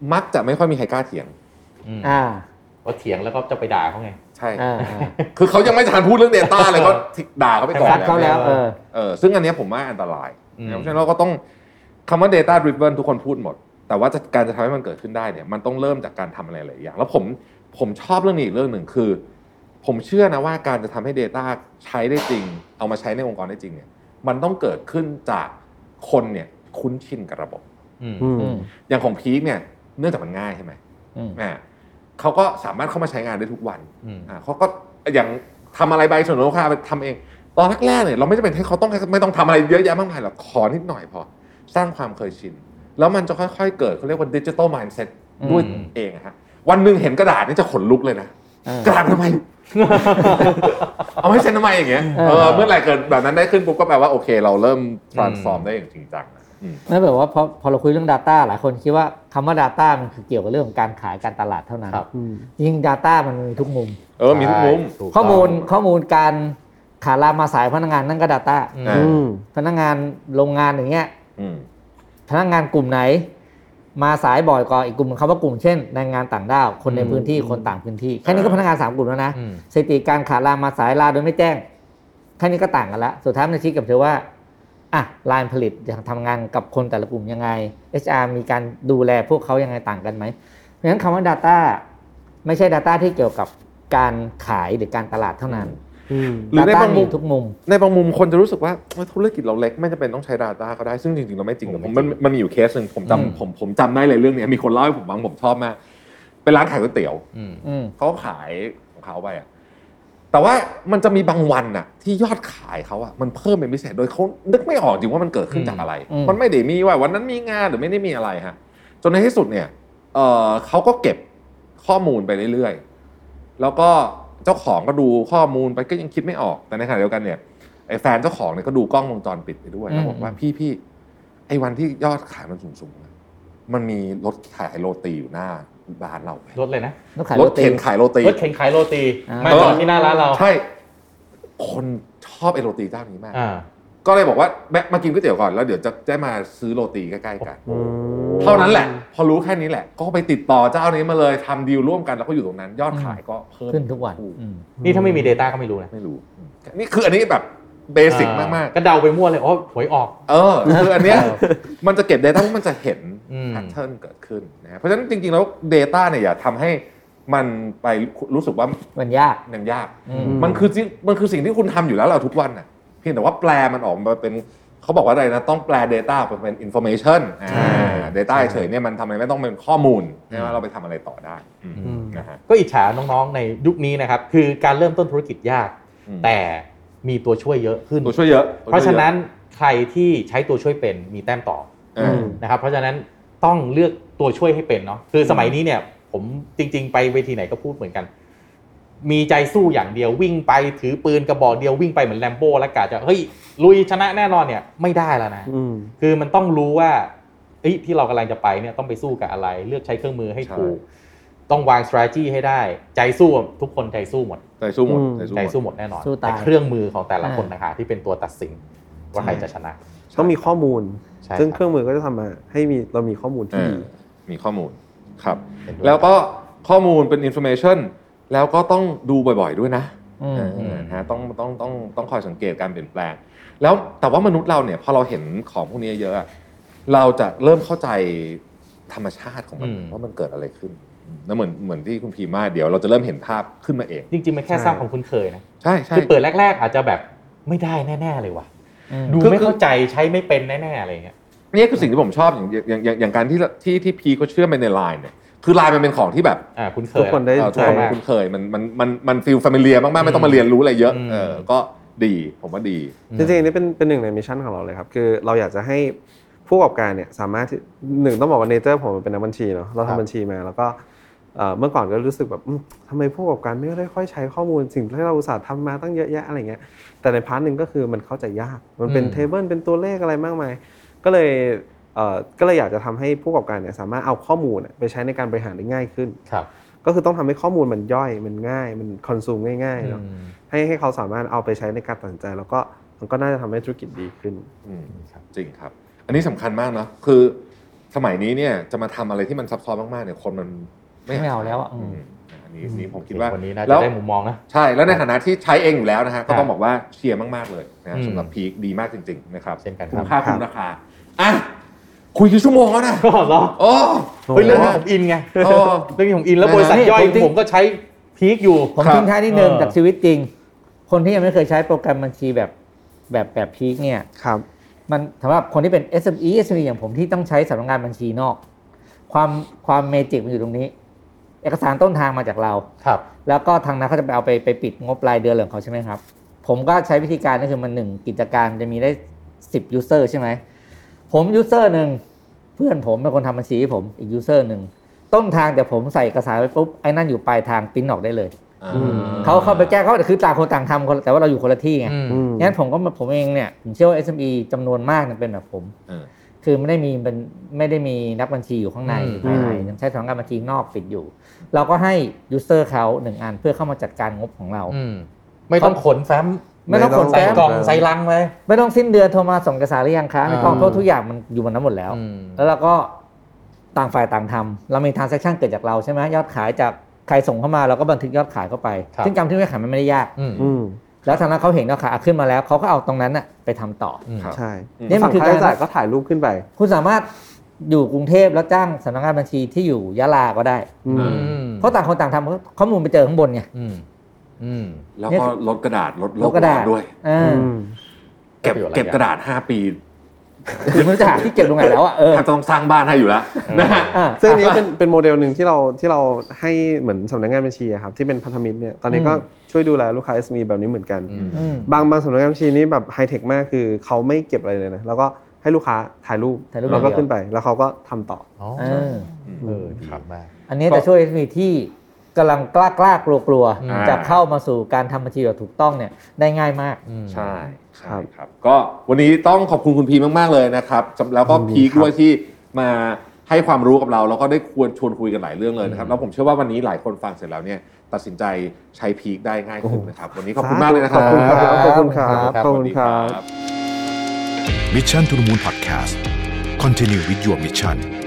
มักจะไม่ค่อยมีใครกล้าเถียงอ่าพอเถียงแล้วก็จะไปด่าเขาไงใช่คือเขายังไม่ทันพูดเรื่อง data เลยก็ด่าเขาไปก่อนแล้วเออเออซึ่งอันนี้ผมว่าอันตรายเพราะฉะนั้นเราก็ต้องคำว่า data driven ทุกคนพูดหมดแต่ว่าการจะทำให้มันเกิดขึ้นได้เนี่ยมันต้องเริ่มจากการทำอะไรหลายอย่างแล้วผมผมชอบเรื่องนี้อีกเรื่องหนึ่งคือผมเชื่อนะว่าการจะทำให้ data ใช้ได้จริงเอามาใช้ในองค์กรได้จริงเนี่ยมันต้องเกิดขึ้นจากคนเนี่ยคุ้นชินกับระบบอย่างของพีคเนี่ยเนื่องจากมันง่ายใช่ไหมอ่าเขาก็สามารถเข้ามาใช้งานได้ทุกวันอ่าเขาก็อย่างทำอะไรใบเสนอลูกค้าไปทำเองตอนแรกๆเนี่ยเราไม่จำเป็นให้เขาต้องไม่ต้องทำอะไรเยอะแยะมากมายหรอกขอนิดหน่อยพอสร้างความเคยชินแล้วมันจะค่อยๆเกิดเขาเรียกว่า digital mindset ด้วยเองฮะวันหนึ่งเห็นกระดาษนี่จะขนลุกเลยนะกระดาษทำไม เอาให้เซ็นทำไมอย่างเงี้ยเออเมื่อไหร่เกิดแบบนั้นได้ขึ้นปุ๊บก็แปลว่าโอเคเราเริ่ม transform ได้อย่างจริงจังนั่นแปลว่าพอพอเราคุยเรื่อง data หลายคนคิดว่าคำว่า data มันคือเกี่ยวกับเรื่องของการขายการตลาดเท่านั้นจริง data มันมีทุกมุมเออมีทุกมุมข้อมูลข้อมูลการขาลามาสายพนักงานนั่นก็ data พนักงานโรงงานอย่างเงี้ยพนักงานกลุ่มไหนมาสายบ่อยกว่าอีกกลุ่มเขาว่ากลุ่มเช่นแรงงานต่างด้าวคนในพื้นที่คนต่างพื้นที่แค่นี้ก็พนักงานสามกลุ่มแล้วนะสถิติการขาลามาสายลาโดยไม่แจ้งแค่นี้ก็ต่างกันละสุดท้ายมันชี้กับเธอว่าอ่ะลายผลิตจะทำงานกับคนแต่ละกลุ่มยังไง เอช อาร์ มีการดูแลพวกเขายังไงต่างกันไหมเพราะฉะนั้นคำว่า data ไม่ใช่ data ที่เกี่ยวกับการขายหรือการตลาดเท่านั้นหรือในบางมุมทุกมุมในบางมุมคนจะรู้สึกว่าธุรกิจเราเล็กไม่จำเป็นต้องใช้ data ก็ได้ซึ่งจริงๆเราไม่จริงผมมันมันมีอยู่เคสนึงผมจำผมผมจำได้เลยเรื่องนี้มีคนเล่าให้ผมฟังผมชอบมากเป็นร้านขายก๋วยเตี๋ยวเขาขายของเขาไปอ่ะแต่ว่ามันจะมีบางวันน่ะที่ยอดขายเขาอ่ะมันเพิ่มเป็นพิเศษโดยเขานึกไม่ออกจริงว่ามันเกิดขึ้นจากอะไรมันไม่ได้มีว่าวันนั้นมีงานหรือไม่ได้มีอะไรฮะจนในที่สุดเนี่ยเออเขาก็เก็บข้อมูลไปเรื่อยๆแล้วก็เจ้าของก็ดูข้อมูลไปก็ยังคิดไม่ออกแต่ในขณะเดียวกันเนี่ยไอ้แฟนเจ้าของเนี่ยก็ดูกล้องวงจรปิดไปด้วยแล้วบอกว่าพี่ๆไอ้วันที่ยอดขายมันสูงๆมันมีรถขายโรตีอยู่หน้าร้านเรารถเลยนะรถเข็นขายโรตีรถเข็นขายโรตีมาจอดที่หน้าร้านเราใช่คนชอบไอ้โรตีเจ้านี้มากก็เลยบอกว่าแวะมากินก๋วยเตี๋ยวก่อนแล้วเดี๋ยวจะได้มาซื้อโรตีใกล้ๆกันเท่านั้นแหละพอรู้แค่นี้แหละก็ไปติดต่อเจ้านี้มาเลยทำดีลร่วมกันแล้วก็อยู่ตรงนั้นยอดขายก็เพิ่มขึ้นทุกวันนี่ถ้าไม่มี data ก็ไม่รู้นะไม่รู้นี่คืออันนี้แบบเบสิกมากๆก็เดาไปมั่วเลยอ๋อหวยออกเออคืออันเนี้ยมันจะเก็บ data มันจะเห็นแพทเทิร์นเกิดขึ้นนะเพราะฉะนั้นจริงๆแล้ว data เนี่ยอย่าทำให้มันไปรู้สึกว่ามันยากมันยากมันคือมันคือสิ่งที่คุณทำอยู่แล้วเราทุกวันน่ะเพียงแต่ว่าแปลมันออกมาเป็นเขาบอกว่าอะไรนะต้องแปล data เป็น information อ่า data เฉยเนี่ยมันทำไมไม่ต้องเป็นข้อมูลใช่ไหมเราไปทำอะไรต่อได้นะฮะก็อิจฉาน้องๆในยุคนี้นะครับคือการเริ่มต้นธุรกิจยากแต่มีตัวช่วยเยอะขึ้นตัวช่วยเยอะเพราะฉะนั้นใครที่ใช้ตัวช่วยเป็นมีแต้มต่อนะครับเพราะฉะนั้นต้องเลือกตัวช่วยให้เป็นเนาะคือสมัยนี้เนี่ยผมจริงๆไปเวทีไหนก็พูดเหมือนกันมีใจสู้อย่างเดียววิ่งไปถือปืนกระบอกเดียววิ่งไปเหมือนแรมโบ้แล้วกะจะเฮ้ยลุยชนะแน่นอนเนี่ยไม่ได้แล้วนะคือมันต้องรู้ว่าเอ้ยที่เรากำลังจะไปเนี่ยต้องไปสู้กับอะไรเลือกใช้เครื่องมือให้ถูกต้องวาง strategy ให้ได้ใจสู้ทุกคนใจสู้หมดใจสู้หมดใจสู้หมดแน่นอนแต่เครื่องมือของแต่ละคนนะคะที่เป็นตัวตัดสินว่าใครจะชนะต้องมีข้อมูลซึ่งเครื่องมือก็จะทำมาให้มีเรามีข้อมูลที่ดีมีข้อมูลครับแล้วก็ข้อมูลเป็น information แล้วก็ต้องดูบ่อยๆด้วยนะฮะต้องต้องต้องต้องคอยสังเกตการเปลี่ยนแปลงแล้วแต่ว่ามนุษย์เราเนี่ยพอเราเห็นของพวกนี้เยอะเราจะเริ่มเข้าใจธรรมชาติของมันว่ามันเกิดอะไรขึ้นแล้วเหมือนเหมือนที่คุณพีมาเดี๋ยวเราจะเริ่มเห็นภาพขึ้นมาเองจริงๆมันแค่สร้างความคุ้นเคยนะใช่ใช่คือเปิดแรกๆอาจจะแบบไม่ได้แน่ๆเลยว่ะดูไม่เข้าใจใช้ไม่เป็นแน่ๆอะไรเงี้ยนี่คือสิ่งที่ผมชอบอย่างอย่างอย่างอย่างการที่ที่ที่พีก็เชื่อมไปใน ไลน์ เนี่ยคือไลน์มันเป็นของที่แบบอ่าคุ้นเคยทุกคนได้ใช้คุ้นเคยมันมันมันมันฟีลแฟมิเลียมากๆไม่ต้องมาเรียนรู้อะไรเยอะเออก็ดีผมว่าดีจริงๆนี่เป็นเป็นหนึ่งในมิชชั่นของเราเลยครับคือเราอยากจะให้ผู้ประกอบการเนี่ยสามารถหนึ่งต้องบอกว่าเนเจอร์ผมเป็นนักบัญชีเนาะเราทำบัญชีมาแล้วก็เมื่อก่อนก็รู้สึกแบบทำไมผู้ประกอบการไม่ได้ค่อยใช้ข้อมูลสิ่งที่เราอุตส่าห์ทำมาตั้งเยอะแยะอะไรเงี้ยแต่ในพาร์ทนึงก็คือมันเข้าใจยากมันเป็นเทเบิลเป็นตัวเลขอะไรมากมายก็เลยเอ่อก็เลยอยากจะทำให้ผู้ประกอบการเนี่ยสามารถเอาข้อมูลไปใช้ในการบริหารได้ง่ายขึ้นครับก็คือต้องทำให้ข้อมูลมันย่อยมันง่ายมันคอนซูมง่ายๆเนาะให้ให้เขาสามารถเอาไปใช้ในการตัดสินใจแล้วก็มันก็น่าจะทำให้ธุรกิจดีขึ้นอืมครับจริงครับอันนี้สำคัญมากเนาะคือสมัยนี้เนี่ยจะมาทำอะไรที่มันซับซ้อนมากๆเนี่ยคนมันไม่เอาแล้วอ่ะอันนี้นี่ผมคิดว่าวันนี้น่าจะได้มุมมองนะใช่แล้วในฐานะที่ใช้เองอยู่แล้วนะฮะก็ต้องบอกว่าเชียร์มากๆเลยนะสำหรับพีคดีมากจริงๆนะครับเช่นกันคุ้มค่าคุ้มราคาอ่ะคุยกี่ชั่วโมงแล้วนะก็เหรอโอ้เฮ้ยเรื่องนี้ผมอินไงเรื่องนี้ผมอินแล้วบริษัทย่อยผมก็ใช้พีคอยู่ผมทิ้งท้ายนิดนึงจากชีวิตจริงคนที่ยังไม่เคยใช้โปรแกรมบัญชีแบบแบบแบบพีคเนี่ยครับมันสำหรับคนที่เป็น เอส เอ็ม อี เอส เอ็ม อี อย่างผมที่ต้องใช้สำนักงานบัญชีนอกความความเมจิกมันอยู่ตรงนี้เอกสารต้นทางมาจากเราครับแล้วก็ทางนั้นเขาจะไปเอาไปไปปิดงบรายเดือนของเขาใช่ไหมครับผมก็ใช้วิธีการก็คือมันหนึ่งกิจการจะมีได้สิบยูเซอร์ใช่ไหมผมยูเซอร์หนึ่งเพื่อนผมเป็นคนทำบัญชีให้ผมอีกยูเซอร์หนึ่งต้นทางแต่ผมใส่เอกสารไปปุ๊บไอ้นั่นอยู่ปลายทางปริ้นออกได้เลยเขาเข้าไปแก้เขาคือต่างคนต่างทำแต่ว่าเราอยู่คนละที่ไงงั้นผมก็ผมเองเนี่ยผมเชื่อว่า เอส เอ็ม อี จำนวนมากเป็นแบบผมคือไม่ได้มีเป็นไม่ได้มีนักบัญชีอยู่ข้างในภายในยังใช้สำนักงานบัญชีนอกปิดอยู่เราก็ให้ยูเซอร์เขาหนึ่งอันเพื่อเข้ามาจัดการงบของเราไม่ต้องขนแฟ้มไม่ต้องขนแฟ้มกล่องใส่ลังเลยไม่ต้องสิ้นเดือนโทรมาส่งเอกสารหรือยังคะไม่ต้องเพราะทุกอย่างมันอยู่บนนั้นหมดแล้วแล้วเราก็ต่างฝ่ายต่างทำเรามี transaction เกิดจากเราใช่ไหมยอดขายจากใครส่งเข้ามาเราก็บันทึกยอดขายเข้าไปซึ่งการบันทึกยอดขายมันไม่ได้ยากแล้วทางนั้นเขาเห็นยอดขายขึ้นมาแล้วเขาก็เอาตรงนั้นน่ะไปทำต่อใช่นี่มันคือการจ่ายก็ถ่ายรูปขึ้นไปคุณสามารถอยู่กรุงเทพแล้วจ้างสำนักงานบัญชีที่อยู่ยะลาก็ได้เพราะต่างคนต่างทำข้อมูลไปเจอข้างบนไงแล้วก็ลดกระดาษลดโลกร้อนด้วยเก็บเก็บกระดาษห้าปีคือมันจะหาที่เก็บตรงไหนแล้วอ่ะเออต้องสร้างบ้านให้อยู่แล้วนะฮะซึ่งนี้เป็นเป็นโมเดลหนึ่งที่เราที่เราให้เหมือนสำนักงานบัญชีครับที่เป็นพันธมิตรเนี่ยตอนนี้ก็ช่วยดูแลลูกค้า เอส เอ็ม อี แบบนี้เหมือนกันบางบางสำนักงานบัญชีนี้แบบไฮเทคมากคือเขาไม่เก็บอะไรเลยนะแล้วก็ให้ลูกค้าถ่ายรูปแล้วก็ขึ้นไปแล้วเขาก็ทำต่ออ๋อเออดีมากอันนี้จะช่วย เอส เอ็ม อี ที่กำลังกล้ากล้ากลัวกลัวจะเข้ามาสู่การทำบัญชีแบบถูกต้องเนี่ยได้ง่ายมากใช่ใช่ครับก็วันนี้ต้องขอบคุณคุณพีมากๆเลยนะครับแล้วก็พีคด้วยที่มาให้ความรู้กับเราแล้วก็ได้ควรชวนคุยกันหลายเรื่องเลยนะครับแล้วผมเชื่อว่าวันนี้หลายคนฟังเสร็จแล้วเนี่ยตัดสินใจใช้พีคได้ง่ายขึ้นนะครับวันนี้ขอบคุณมากเลยนะครับขอบคุณครับขอบคุณครับขอบคุณครับ Mission to the Moon Podcast Continue with your mission